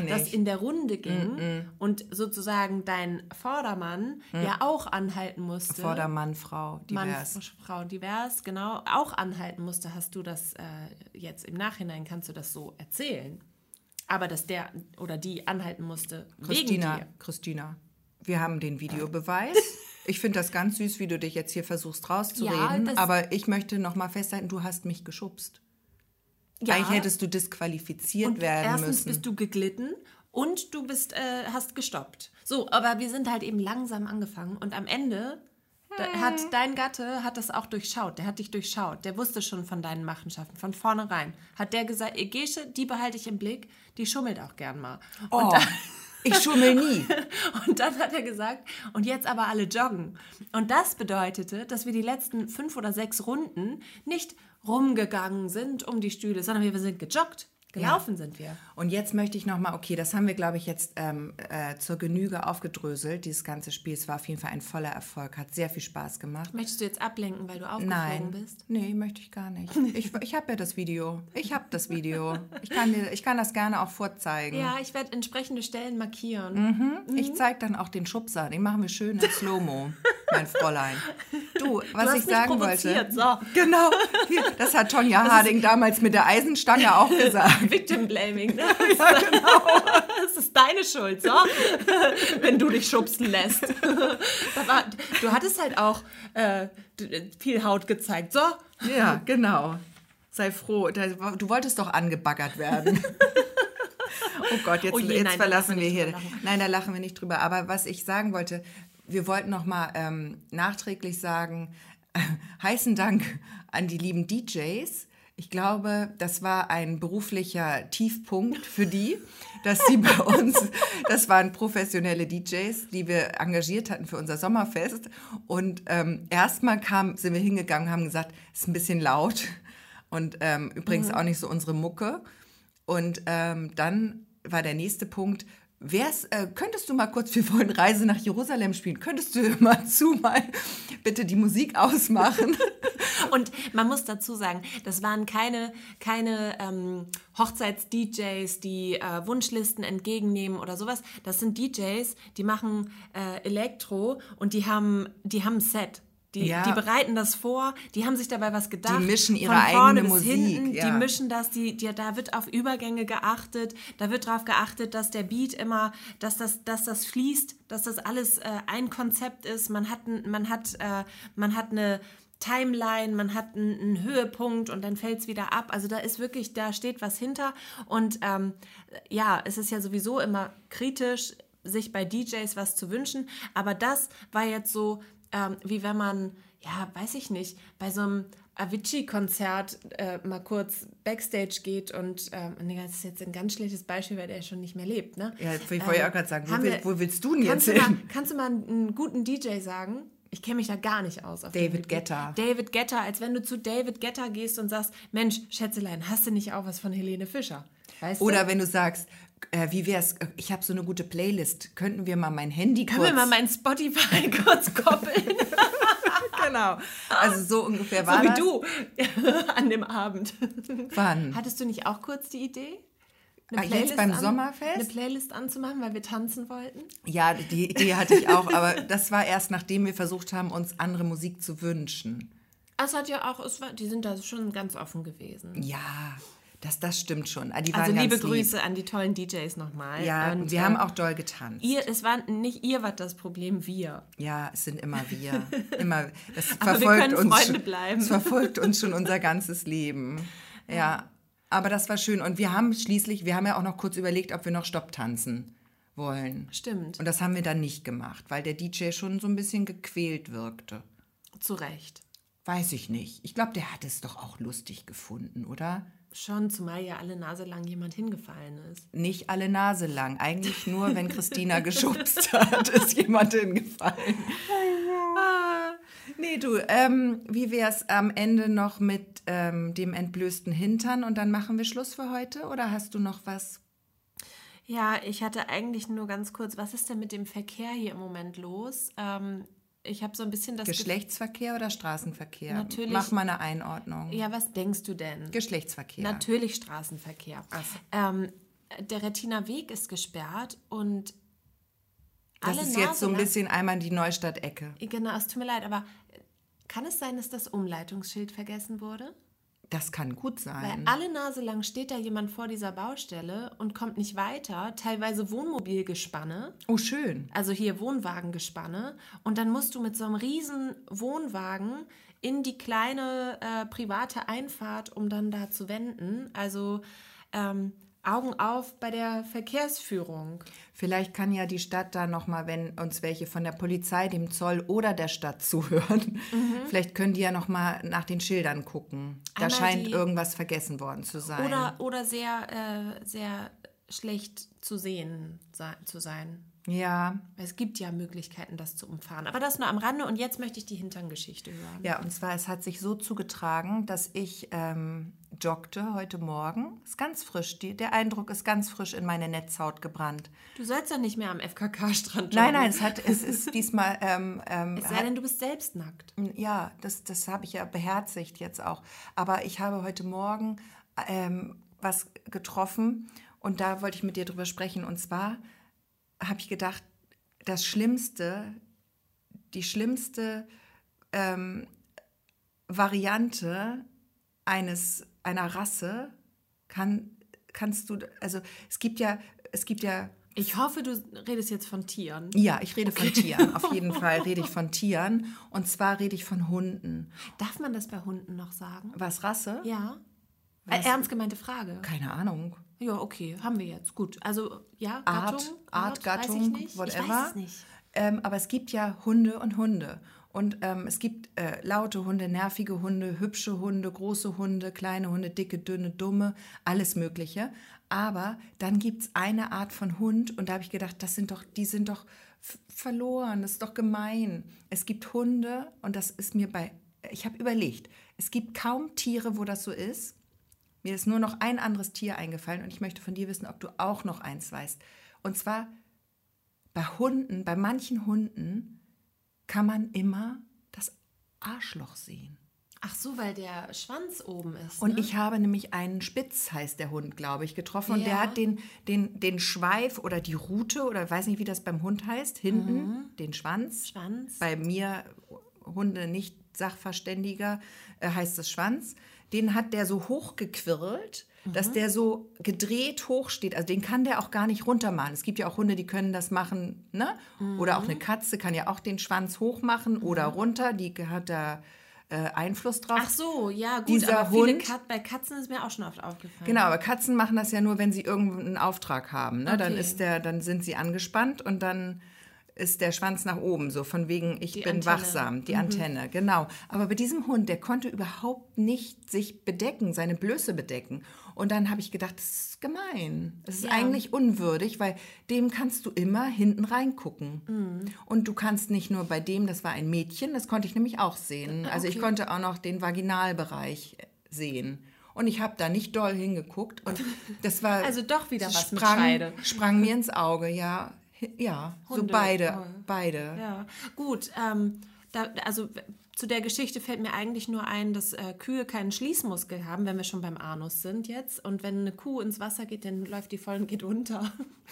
nicht. das in der Runde ging Mm-mm. und sozusagen dein Vordermann mm. ja auch anhalten musste. Vordermann, Frau, divers. Mann, Frau, divers, genau, auch anhalten musste. Hast du das äh, jetzt im Nachhinein, kannst du das so erzählen? Aber dass der oder die anhalten musste Christina, wegen dir. Christina, wir haben den Videobeweis. Ich finde das ganz süß, wie du dich jetzt hier versuchst rauszureden. Ja, aber ich möchte noch mal festhalten, du hast mich geschubst. Ja. Eigentlich hättest du disqualifiziert und werden erstens müssen. Erstens bist du geglitten und du bist, äh, hast gestoppt. So, aber wir sind halt eben langsam angefangen und am Ende da hat dein Gatte hat das auch durchschaut. Der hat dich durchschaut. Der wusste schon von deinen Machenschaften, von vornherein. Hat der gesagt, Gesche, die behalte ich im Blick, die schummelt auch gern mal. Oh, und dann, ich schummel nie. Und dann hat er gesagt, und jetzt aber alle joggen. Und das bedeutete, dass wir die letzten fünf oder sechs Runden nicht rumgegangen sind um die Stühle, sondern wir sind gejoggt. Gelaufen ja. sind wir. Und jetzt möchte ich nochmal, okay, das haben wir, glaube ich, jetzt ähm, äh, zur Genüge aufgedröselt, dieses ganze Spiel. Es war auf jeden Fall ein voller Erfolg, hat sehr viel Spaß gemacht. Möchtest du jetzt ablenken, weil du aufgeflogen Nein. bist? Nee, möchte ich gar nicht. Ich, ich habe ja das Video. Ich habe das Video. Ich kann, dir, ich kann das gerne auch vorzeigen. Ja, ich werde entsprechende Stellen markieren. Mhm. Mhm. Ich zeige dann auch den Schubser. Den machen wir schön in Slow-Mo, mein Fräulein. Du, was du hast ich sagen mich wollte. So. Genau. Das hat Tonja das Harding damals mit der Eisenstange auch gesagt. Victim Blaming. Ne? Ja, genau. Das ist deine Schuld, so, wenn du dich schubsen lässt. Da war, du hattest halt auch äh, viel Haut gezeigt, so. Ja, genau. Sei froh. Du wolltest doch angebaggert werden. Oh Gott, jetzt, oh je, jetzt nein, verlassen wir hier. Nein, da lachen wir nicht drüber. Aber was ich sagen wollte, wir wollten noch mal ähm, nachträglich sagen, äh, heißen Dank an die lieben D Js. Ich glaube, das war ein beruflicher Tiefpunkt für die, dass sie bei uns, das waren professionelle D Js, die wir engagiert hatten für unser Sommerfest. Und ähm, erstmal kam, sind wir hingegangen und haben gesagt, es ist ein bisschen laut und ähm, übrigens mhm. auch nicht so unsere Mucke. Und ähm, dann war der nächste Punkt, Wär's, äh, könntest du mal kurz, wir wollen Reise nach Jerusalem spielen, könntest du mal zu mal bitte die Musik ausmachen? Und man muss dazu sagen, das waren keine, keine ähm, Hochzeits-D Js, die äh, Wunschlisten entgegennehmen oder sowas. Das sind D Js, die machen äh, Elektro und die haben, die haben ein Set. Die, ja. die bereiten das vor, die haben sich dabei was gedacht. Die mischen ihre von vorne eigene bis Musik. Hinten, ja. Die mischen das, die, die, da wird auf Übergänge geachtet, da wird darauf geachtet, dass der Beat immer, dass das, dass das fließt, dass das alles äh, ein Konzept ist. Man hat, ein, man hat, äh, man hat eine Timeline, man hat einen, einen Höhepunkt und dann fällt es wieder ab. Also da ist wirklich, da steht was hinter. Und ähm, ja, es ist ja sowieso immer kritisch, sich bei D Js was zu wünschen. Aber das war jetzt so, ähm, wie wenn man, ja, weiß ich nicht, bei so einem Avicii-Konzert äh, mal kurz Backstage geht und, ähm, nee, das ist jetzt ein ganz schlechtes Beispiel, weil der schon nicht mehr lebt, ne? Ja, ich wollte ja auch gerade sagen, wo, will, wir, wo willst du denn jetzt hin? Du mal, kannst du mal einen guten D J sagen? Ich kenne mich da gar nicht aus. Auf David Guetta. David Guetta, als wenn du zu David Guetta gehst und sagst, Mensch, Schätzelein, hast du nicht auch was von Helene Fischer? Weißt Oder du? wenn du sagst, äh, wie wär's, ich habe so eine gute Playlist, könnten wir mal mein Handy Können kurz... Können wir mal mein Spotify kurz koppeln? Genau, also so ungefähr so war wie das. du an dem Abend. Wann? Hattest du nicht auch kurz die Idee? Eine ah, jetzt beim an, Sommerfest? Eine Playlist anzumachen, weil wir tanzen wollten? Ja, die Idee hatte ich auch, aber das war erst, nachdem wir versucht haben, uns andere Musik zu wünschen. Es hat ja auch, es war, die sind da schon ganz offen gewesen. Ja, das, das stimmt schon. Die also waren liebe ganz Grüße lieb. an die tollen D Js nochmal. Ja, und wir äh, haben auch doll getanzt. Ihr, es war nicht ihr wart das Problem, wir. Ja, es sind immer wir. Immer, das aber verfolgt wir können uns Freunde schon, bleiben. Das verfolgt uns schon unser ganzes Leben. Ja. ja. Aber das war schön. Und wir haben schließlich, wir haben ja auch noch kurz überlegt, ob wir noch Stopp tanzen wollen. Stimmt. Und das haben wir dann nicht gemacht, weil der D J schon so ein bisschen gequält wirkte. Zu Recht. Weiß ich nicht. Ich glaube, der hat es doch auch lustig gefunden, oder? Schon, zumal ja alle Nase lang jemand hingefallen ist. Nicht alle Nase lang. Eigentlich nur, wenn Christina geschubst hat, ist jemand hingefallen. Ah, nee, du, ähm, wie wär's am Ende noch mit ähm, dem entblößten Hintern und dann machen wir Schluss für heute? Oder hast du noch was? Ja, ich hatte eigentlich nur ganz kurz, was ist denn mit dem Verkehr hier im Moment los? Ähm, ich habe so ein bisschen das Geschlechtsverkehr oder Straßenverkehr? Natürlich. Mach mal eine Einordnung. Ja, was denkst du denn? Geschlechtsverkehr. Natürlich Straßenverkehr. Ach so. Ähm, der Rettiner Weg ist gesperrt und Das alle ist jetzt so ein Nase lang- bisschen einmal die Neustadt-Ecke. Genau, es tut mir leid, aber kann es sein, dass das Umleitungsschild vergessen wurde? Das kann gut Weil sein. alle Nase lang steht da jemand vor dieser Baustelle und kommt nicht weiter, teilweise Wohnmobilgespanne, Oh, schön. also hier Wohnwagengespanne, und dann musst du mit so einem riesen Wohnwagen in die kleine äh, private Einfahrt, um dann da zu wenden. Also ähm, Augen auf bei der Verkehrsführung. Vielleicht kann ja die Stadt da nochmal, wenn uns welche von der Polizei, dem Zoll oder der Stadt zuhören, vielleicht können die ja nochmal nach den Schildern gucken. Da Einmal scheint die- irgendwas vergessen worden zu sein. Oder, oder sehr, äh, sehr schlecht zu sehen sei, zu sein. Ja, Es gibt ja Möglichkeiten, das zu umfahren. Aber das nur am Rande und jetzt möchte ich die Hinterngeschichte hören. ja, und zwar, es hat sich so zugetragen, dass ich ähm, joggte heute Morgen. Ist ganz frisch, die, der Eindruck ist ganz frisch in meine Netzhaut gebrannt. Du sollst ja nicht mehr am F K K-Strand Nein, nein, es, hat, es ist diesmal... Ähm, ähm, Es sei denn, du bist selbst nackt. Ja, das, das habe ich ja beherzigt jetzt auch. Aber ich habe heute Morgen ähm, was getroffen und da wollte ich mit dir drüber sprechen. Und zwar habe ich gedacht, das Schlimmste, die schlimmste ähm, Variante eines, einer Rasse kann, kannst du, also es gibt ja, es gibt ja Ich hoffe, du redest jetzt von Tieren. ja, ich rede von Tieren. Auf jeden Fall rede ich von Tieren. Und zwar rede ich von Hunden. Darf man das bei Hunden noch sagen? Was, Rasse? Ja. Äh, ernst gemeinte Frage. Keine Ahnung. Ja, okay, haben wir jetzt. Gut. Also, ja, Art, Gattung, Art, weiß ich Gattung, nicht. whatever. Ich weiß es nicht. Ähm, aber es gibt ja Hunde und Hunde. Und ähm, es gibt äh, laute Hunde, nervige Hunde, hübsche Hunde, große Hunde, kleine Hunde, dicke, dünne, dumme, alles Mögliche. Aber dann gibt es eine Art von Hund und da habe ich gedacht, das sind doch, die sind doch f- verloren, das ist doch gemein. Es gibt Hunde und das ist mir bei, ich habe überlegt, es gibt kaum Tiere, wo das so ist. Mir ist nur noch ein anderes Tier eingefallen und ich möchte von dir wissen, ob du auch noch eins weißt. Und zwar bei Hunden, bei manchen Hunden kann man immer das Arschloch sehen. Ach so, weil der Schwanz oben ist. Und ne? ich habe nämlich einen Spitz, heißt der Hund, glaube ich, getroffen. Und Ja. der hat den, den, den Schweif oder die Rute oder weiß nicht, wie das beim Hund heißt, hinten, den Schwanz. Schwanz. Bei mir, Hunde nicht Sachverständiger, äh, heißt es Schwanz. Den hat der so hochgequirlt, dass der so gedreht hoch steht. Also den kann der auch gar nicht runter machen. Es gibt ja auch Hunde, die können das machen, ne? Oder auch eine Katze kann ja auch den Schwanz hoch machen oder runter. Die hat da äh, Einfluss drauf. Ach so, ja, gut. Dieser aber viele Hund- Kat bei Katzen ist mir auch schon oft aufgefallen. Genau, aber Katzen machen das ja nur, wenn sie irgendeinen Auftrag haben. Ne? Dann Okay. ist der, dann sind sie angespannt und dann ist der Schwanz nach oben, so von wegen, ich Die bin Antenne. wachsam, die Antenne, genau. Aber bei diesem Hund, der konnte überhaupt nicht sich bedecken, seine Blöße bedecken. Und dann habe ich gedacht, das ist gemein. Das ist Ja. eigentlich unwürdig, weil dem kannst du immer hinten reingucken. Mhm. Und du kannst nicht nur bei dem, das war ein Mädchen, das konnte ich nämlich auch sehen. Also ich Okay. konnte auch noch den Vaginalbereich sehen. Und ich habe da nicht doll hingeguckt. Und das war. Also doch wieder was mit sprang, Scheide. sprang mir ins Auge, ja. Ja, so Hunde. beide. Oh. Beide. Ja, gut. Ähm, da, also w- zu der Geschichte fällt mir eigentlich nur ein, dass äh, Kühe keinen Schließmuskel haben, wenn wir schon beim Anus sind jetzt. Und wenn eine Kuh ins Wasser geht, dann läuft die voll und geht unter.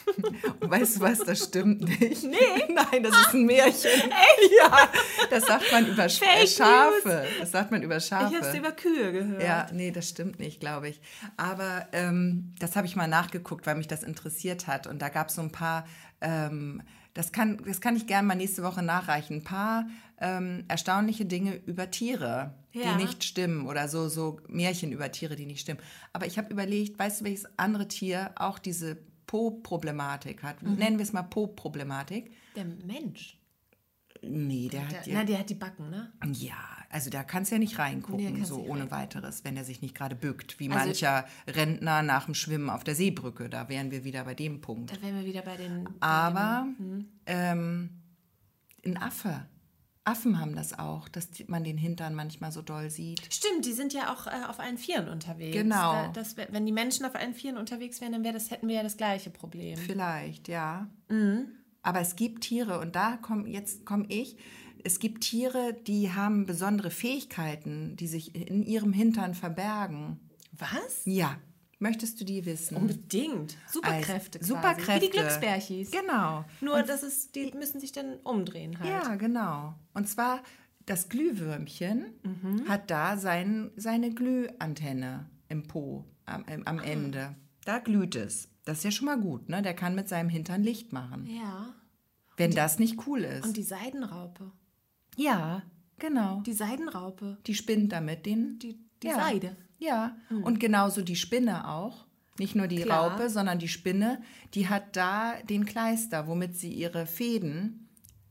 Und weißt du was, das stimmt nicht. Nee. Nein, das ist ein Märchen. Echt? Ja, das sagt man über Sch Fake Schafe. Das sagt man über Schafe. Ich habe es über Kühe gehört. Ja, nee, das stimmt nicht, glaube ich. Aber ähm, das habe ich mal nachgeguckt, weil mich das interessiert hat. Und da gab es so ein paar, ähm, das, kann, das kann ich gerne mal nächste Woche nachreichen, ein paar ähm, erstaunliche Dinge über Tiere, Ja. die nicht stimmen. Oder so, so Märchen über Tiere, die nicht stimmen. Aber ich habe überlegt, weißt du, welches andere Tier auch diese Po-Problematik hat? Nennen wir es mal Po-Problematik. Der Mensch. Nee, der, Der, hat ja... na, der hat die Backen, ne? Ja, also da kannst du ja nicht Nee, reingucken, kannst so nicht ohne reingucken. weiteres, wenn er sich nicht gerade bückt, wie Also- mancher Rentner nach dem Schwimmen auf der Seebrücke. Da wären wir wieder bei dem Punkt. Da wären wir wieder bei den... bei Aber dem- ähm, ein Affe, Affen haben das auch, dass die- man den Hintern manchmal so doll sieht. Stimmt, die sind ja auch äh, auf allen Vieren unterwegs. Genau. Da, das, wär- wenn die Menschen auf allen Vieren unterwegs wären, dann wär das, hätten wir ja das gleiche Problem. Vielleicht, ja. Mhm. Aber es gibt Tiere, und da komm, jetzt komme ich, es gibt Tiere, die haben besondere Fähigkeiten, die sich in ihrem Hintern verbergen. Was? Ja, Möchtest du die wissen? Unbedingt. Superkräfte Also, quasi. Superkräfte. Wie die Glücksbärchis. Genau. Nur, dass es, die müssen sich dann umdrehen halt. Ja, genau. Und zwar, das Glühwürmchen Mhm. hat da sein, seine Glühantenne im Po am, am Ende. Da glüht es. Das ist ja schon mal gut, ne? Der kann mit seinem Hintern Licht machen. Ja. Wenn das nicht cool ist. Und die Seidenraupe. Ja, genau. Die, Die Seidenraupe. die spinnt damit den... Die, die ja. Seide. Ja, und genauso die Spinne auch. Nicht nur die Klar. Raupe, sondern die Spinne, die hat da den Kleister, womit sie ihre Fäden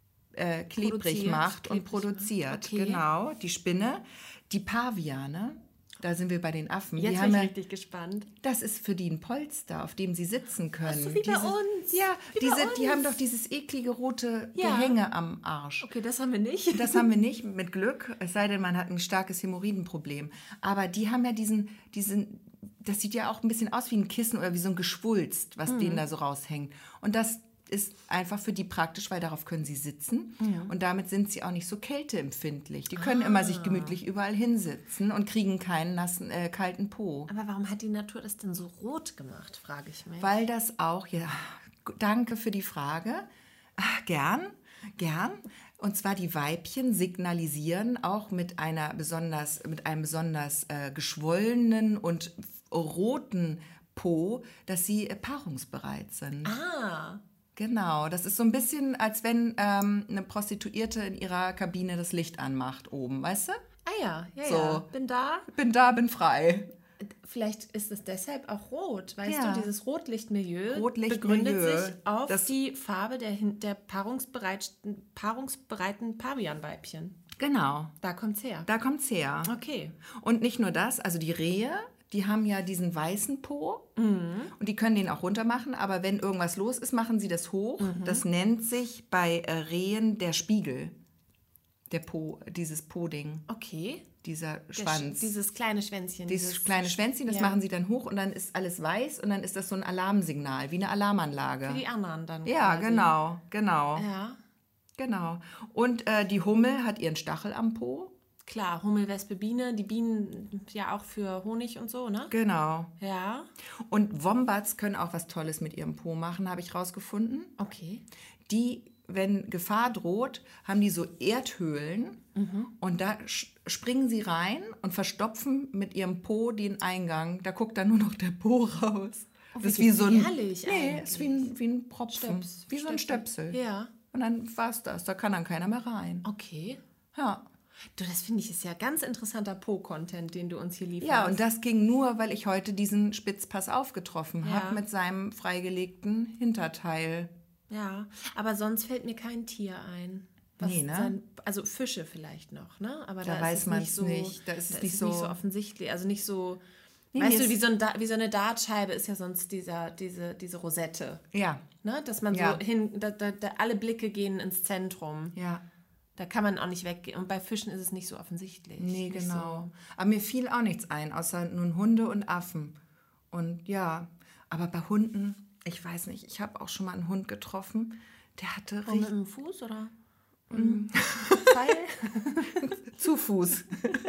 äh, klebrig Produziert, macht und klebrig produziert. macht. Okay. Genau, die Spinne. Die Paviane, da sind wir bei den Affen. Jetzt die bin haben ich ja, richtig gespannt. das ist für die ein Polster, auf dem sie sitzen können. so, wie bei uns. Ja, Wie bei diese, die uns. haben doch dieses eklige rote Ja. Gehänge am Arsch. Okay, das haben wir nicht. Das haben wir nicht, mit Glück, es sei denn, man hat ein starkes Hämorrhoidenproblem. Aber die haben ja diesen, diesen, das sieht ja auch ein bisschen aus wie ein Kissen oder wie so ein Geschwulst, was denen da so raushängt. Und das ist einfach für die praktisch, weil darauf können sie sitzen und damit sind sie auch nicht so kälteempfindlich. Die können immer sich gemütlich überall hinsitzen und kriegen keinen nassen, äh, kalten Po. Aber warum hat die Natur das denn so rot gemacht, frage ich mich. Weil das auch, ja, danke für die Frage. Ach, gern, gern. Und zwar die Weibchen signalisieren auch mit einer besonders, mit einem besonders äh, geschwollenen und roten Po, dass sie äh, paarungsbereit sind. Ah, Genau, das ist so ein bisschen, als wenn ähm, eine Prostituierte in ihrer Kabine das Licht anmacht oben, weißt du? ah ja, ja, So. ja. Bin da. Bin da, bin frei. Vielleicht ist es deshalb auch rot, weißt Ja. du, dieses Rotlichtmilieu, Rotlichtmilieu, begründet sich auf das- die Farbe der, hin- der paarungsbereiten, paarungsbereiten Pavianweibchen. Genau, Da kommt's her. da kommt's her. Okay. Und nicht nur das, also die Rehe, die haben ja diesen weißen Po und die können den auch runter machen, aber wenn irgendwas los ist, machen sie das hoch. Das nennt sich bei äh, Rehen der Spiegel. Der Po, dieses Po-Ding, Okay. dieser Der Sch- Schwanz. Dieses kleine Schwänzchen. Dieses kleine Schwänzchen, das ja. machen sie dann hoch und dann ist alles weiß und dann ist das so ein Alarmsignal, wie eine Alarmanlage. Für die anderen dann Ja, quasi. genau, genau, Ja, genau. Und äh, die Hummel hat ihren Stachel am Po. klar. Hummel, Wespe, Biene. Die Bienen ja auch für Honig und so, ne? Genau. Ja. Und Wombats können auch was Tolles mit ihrem Po machen, habe ich rausgefunden. Okay. Die, wenn Gefahr droht, haben die so Erdhöhlen und da sch- springen sie rein und verstopfen mit ihrem Po den Eingang. Da guckt dann nur noch der Po raus. Oh, das ist wie wie so ein, gefährlich nee, eigentlich. ist wie ein, wie ein Propfen, Stöps- wie so ein Stöpsel. Ja. Und dann war's das, da kann dann keiner mehr rein. Okay. Ja. Du, das finde ich ist ja ganz interessanter Po-Content, den du uns hier lieferst. Ja, und das ging nur, weil ich heute diesen Spitzpass aufgetroffen Ja. habe mit seinem freigelegten Hinterteil. Ja, aber sonst fällt mir kein Tier ein. Was Nee, ne? sein, also Fische vielleicht noch, ne? Aber Da da, weiß ist es man's nicht so, nicht. Da ist es da nicht es so- nicht so offensichtlich. Also nicht so, Nee, weißt mir du, ist- wie so, ein Da- wie so eine Dartscheibe ist ja sonst dieser, diese, diese Rosette. Ja, Ne? Dass man Ja. so hin, da, da, da alle Blicke gehen ins Zentrum. ja. Da kann man auch nicht weggehen. Und bei Fischen ist es nicht so offensichtlich. Nee, Nicht genau. Aber mir fiel auch nichts ein, außer nun Hunde und Affen. Und ja, aber bei Hunden, ich weiß nicht, ich habe auch schon mal einen Hund getroffen, der hatte So. Und mit richtig dem Fuß oder? Mm. Pfeil? zu Fuß.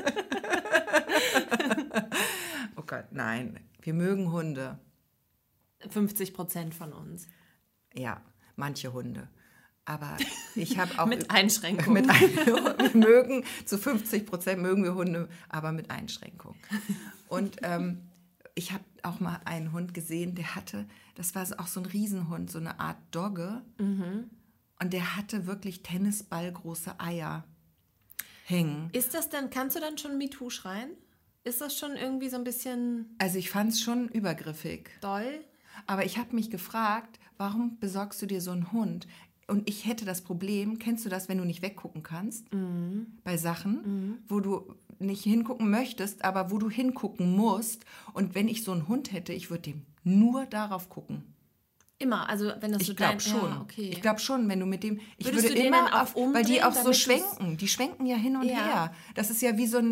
Oh Gott, nein, wir mögen Hunde. fünfzig Prozent von uns. Ja, manche Hunde. Aber ich habe auch Mit Einschränkungen. mit ein, wir mögen zu fünfzig Prozent mögen wir Hunde, aber mit Einschränkungen. Und ähm, ich habe auch mal einen Hund gesehen, der hatte, das war so- auch so ein Riesenhund, so eine Art Dogge. Und der hatte wirklich Tennisballgroße Eier hängen. Ist das dann, kannst du dann schon MeToo schreien? Ist das schon irgendwie so ein bisschen Also ich fand es schon übergriffig. doll? Aber ich habe mich gefragt, warum besorgst du dir so einen Hund? Und ich hätte das Problem, kennst du das, wenn du nicht weggucken kannst bei Sachen, wo du nicht hingucken möchtest, aber wo du hingucken musst. Und wenn ich so einen Hund hätte, ich würde dem nur darauf gucken. Immer, also wenn das so Ich glaube dein... schon. Ja, okay. Ich glaube schon, wenn du mit dem, ich Würdest würde du den immer dann auch auf, weil die umdrehen, auch so damit du's- schwenken. Die schwenken ja hin und Ja. her. Das ist ja wie so ein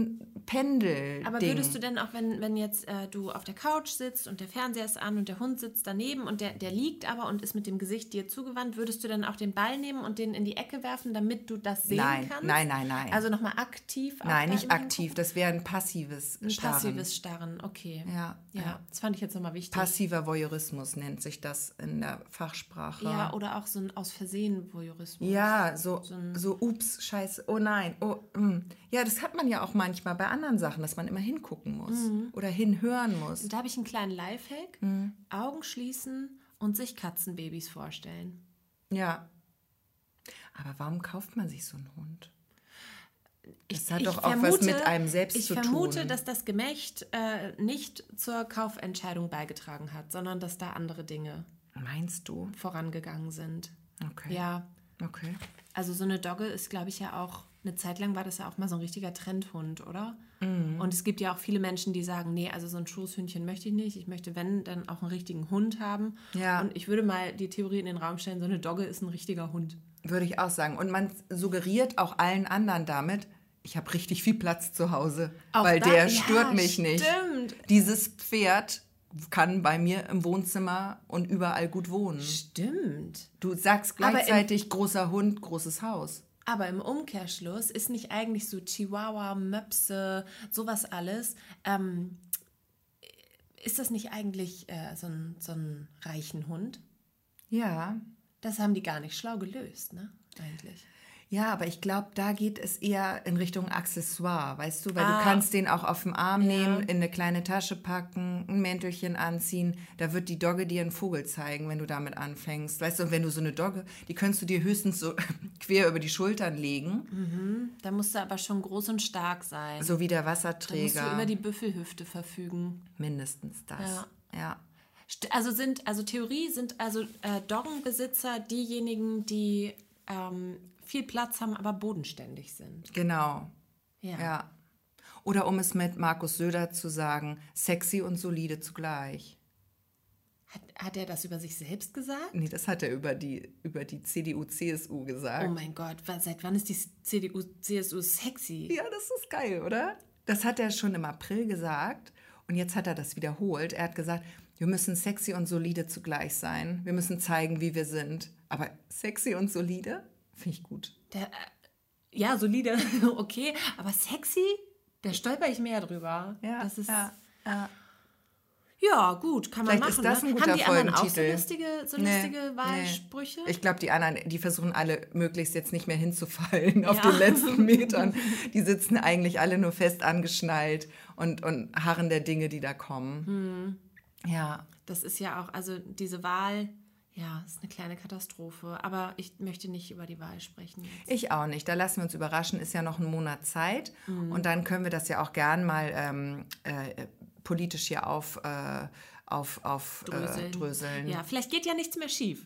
Pendel. Aber würdest du denn auch, wenn, wenn jetzt äh, du auf der Couch sitzt und der Fernseher ist an und der Hund sitzt daneben und der, der liegt aber und ist mit dem Gesicht dir zugewandt, würdest du dann auch den Ball nehmen und den in die Ecke werfen, damit du das sehen Nein, kannst? nein, nein, nein. Also nochmal aktiv? auch Nein, da nicht immer aktiv. hingucken? Das wäre ein passives Ein Starren. passives Starren, okay. Ja, ja. ja. Das fand ich jetzt nochmal wichtig. Passiver Voyeurismus nennt sich das in der Fachsprache. Ja, oder auch so ein aus Versehen Voyeurismus. Ja, so, So ein- so ups, scheiße, oh nein, oh, mm. Ja, das hat man ja auch manchmal bei anderen Sachen, dass man immer hingucken muss oder hinhören muss. Da habe ich einen kleinen Lifehack. Mhm. Augen schließen und sich Katzenbabys vorstellen. Ja. Aber warum kauft man sich so einen Hund? Das Ich- hat ich doch auch was vermute- mit einem selbst ich zu tun. Ich vermute, dass das Gemächt äh, nicht zur Kaufentscheidung beigetragen hat, sondern dass da andere Dinge Meinst du? vorangegangen sind. Okay. Ja, Okay. also so eine Dogge ist, glaube ich, ja auch, eine Zeit lang war das ja auch mal so ein richtiger Trendhund, oder? Mhm. Und es gibt ja auch viele Menschen, die sagen, nee, also so ein Schoßhündchen möchte ich nicht. Ich möchte, wenn, dann auch einen richtigen Hund haben. Ja. Und ich würde mal die Theorie in den Raum stellen, so eine Dogge ist ein richtiger Hund. Würde ich auch sagen. Und man suggeriert auch allen anderen damit, ich habe richtig viel Platz zu Hause, Auch weil da- der ja, stört mich nicht. stimmt. Dieses Pferd kann bei mir im Wohnzimmer und überall gut wohnen. Stimmt. Du sagst Aber im- gleichzeitig großer Hund, großes Haus. Aber im Umkehrschluss ist nicht eigentlich so Chihuahua, Möpse, sowas alles, ähm, ist das nicht eigentlich äh, so, ein, so ein reichen Hund? Ja. Das haben die gar nicht schlau gelöst, ne? Eigentlich. Ja, aber ich glaube, da geht es eher in Richtung Accessoire, weißt du? Weil Ah. du kannst den auch auf den Arm Ja. nehmen, in eine kleine Tasche packen, ein Mäntelchen anziehen. Da wird die Dogge dir einen Vogel zeigen, wenn du damit anfängst. Weißt du, und wenn du so eine Dogge, die könntest du dir höchstens so quer über die Schultern legen, Da musst du aber schon groß und stark sein. so wie der da musst du Wasserträger. über die Büffelhüfte verfügen. Mindestens das. Ja. Ja. St- Also sind, also Theorie sind also äh, Doggenbesitzer diejenigen, die ähm, viel Platz haben, aber bodenständig sind. Genau. Ja. Ja. Oder um es mit Markus Söder zu sagen, sexy und solide zugleich. Hat, hat er das über sich selbst gesagt? Nee, das hat er über die, über die C D U, C S U gesagt. Oh mein Gott, wa- seit wann ist die C D U, C S U sexy? Ja, das ist geil, oder? Das hat er schon im April gesagt und jetzt hat er das wiederholt. Er hat gesagt, wir müssen sexy und solide zugleich sein. Wir müssen zeigen, wie wir sind. Aber sexy und solide finde ich gut. Der, äh, ja, solide, okay, aber sexy? Da stolper ich mehr drüber. das ist, ja, ja. ja, gut, kann man Vielleicht machen. ist das ne? ein guter Haben die anderen auch so Folgentitel. lustige, so Nee, lustige nee. Wahlsprüche? Ich glaube, die anderen, die versuchen alle möglichst jetzt nicht mehr hinzufallen auf Ja. den letzten Metern. Die sitzen eigentlich alle nur fest angeschnallt und, und harren der Dinge, die da kommen. Ja. Das ist ja auch, also diese Wahl, ja, ist eine kleine Katastrophe. Aber ich möchte nicht über die Wahl sprechen jetzt. Ich auch nicht. Da lassen wir uns überraschen. Ist ja noch ein Monat Zeit. Mhm. Und dann können wir das ja auch gern mal ähm, äh, politisch hier auf, äh, auf, auf Dröseln. Äh, dröseln. Ja, vielleicht geht ja nichts mehr schief.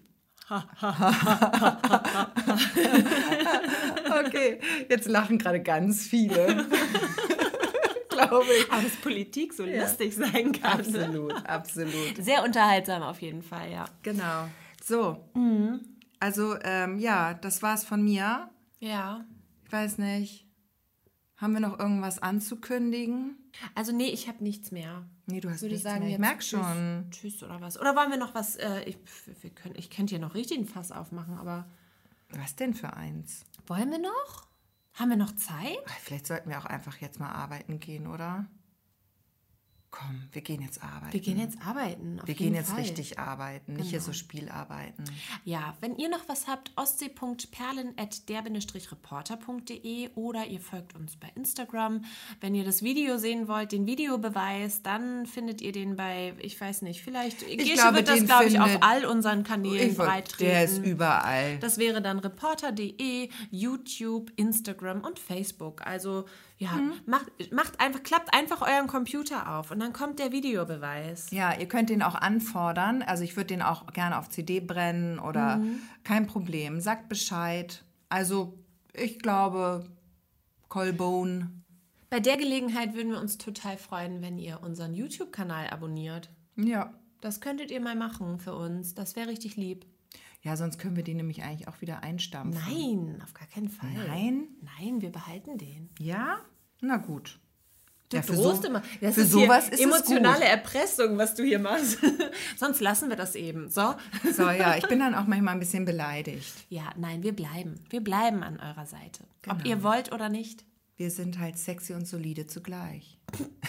Okay, jetzt lachen gerade ganz viele. Glaube ich. Aber dass Politik so lustig sein kann. Absolut, absolut. Sehr unterhaltsam auf jeden Fall, ja. Genau. So. Also, ähm, ja, das war's von mir. Ja. Ich weiß nicht. Haben wir noch irgendwas anzukündigen? Also nee, ich habe nichts mehr. Nee, du hast Ich würde nichts sagen, mehr. Ich jetzt merk tschüss, schon. Tschüss oder was. Oder wollen wir noch was, äh, ich, wir können, ich könnte hier noch richtig ein Fass aufmachen, aber Was denn für eins? wollen wir noch? Haben wir noch Zeit? Ach, vielleicht sollten wir auch einfach jetzt mal arbeiten gehen, oder? Komm, wir gehen jetzt arbeiten. Wir gehen jetzt arbeiten. Auf Wir jeden gehen jetzt Fall. richtig arbeiten, nicht hier Genau. so Spielarbeiten. Ja, wenn ihr noch was habt, ostsee punkt perlen at der reporter punkt de oder ihr folgt uns bei Instagram. Wenn ihr das Video sehen wollt, den Videobeweis, dann findet ihr den bei, ich weiß nicht, vielleicht, Gesche glaube, wird das, den glaube ich, auf findet- all unseren Kanälen Ich wollt- breit der ist treten. überall. Das wäre dann reporter punkt de, YouTube, Instagram und Facebook. Also ja, Mhm. macht, macht einfach, klappt einfach euren Computer auf und dann kommt der Videobeweis. Ja, ihr könnt den auch anfordern. Also ich würde den auch gerne auf C D brennen oder kein Problem. Sagt Bescheid. Also ich glaube, Colbone. Bei der Gelegenheit würden wir uns total freuen, wenn ihr unseren YouTube-Kanal abonniert. Ja. Das könntet ihr mal machen für uns. Das wäre richtig lieb. Ja, sonst können wir den nämlich eigentlich auch wieder einstampfen. Nein, auf gar keinen Fall. Nein? Nein, wir behalten den. Ja? Na gut. Du Ja, für drohst so- immer. Das für ist sowas hier ist es emotionale gut. Erpressung, was du hier machst. Sonst lassen wir das eben. So? So, ja, ich bin dann auch manchmal ein bisschen beleidigt. Ja, nein, wir bleiben. Wir bleiben an eurer Seite. Ob Genau. ihr wollt oder nicht. Wir sind halt sexy und solide zugleich.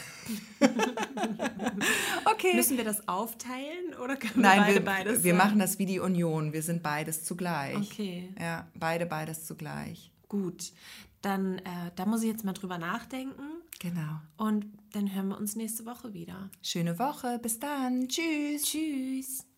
Okay. Müssen wir das aufteilen oder können Nein, wir beide wir, beides wir sagen? machen das wie die Union. Wir sind beides zugleich. Okay. Ja, beide beides zugleich. Gut. Dann, äh, da muss ich jetzt mal drüber nachdenken. Genau. Und dann hören wir uns nächste Woche wieder. Schöne Woche. Bis dann. Tschüss. Tschüss.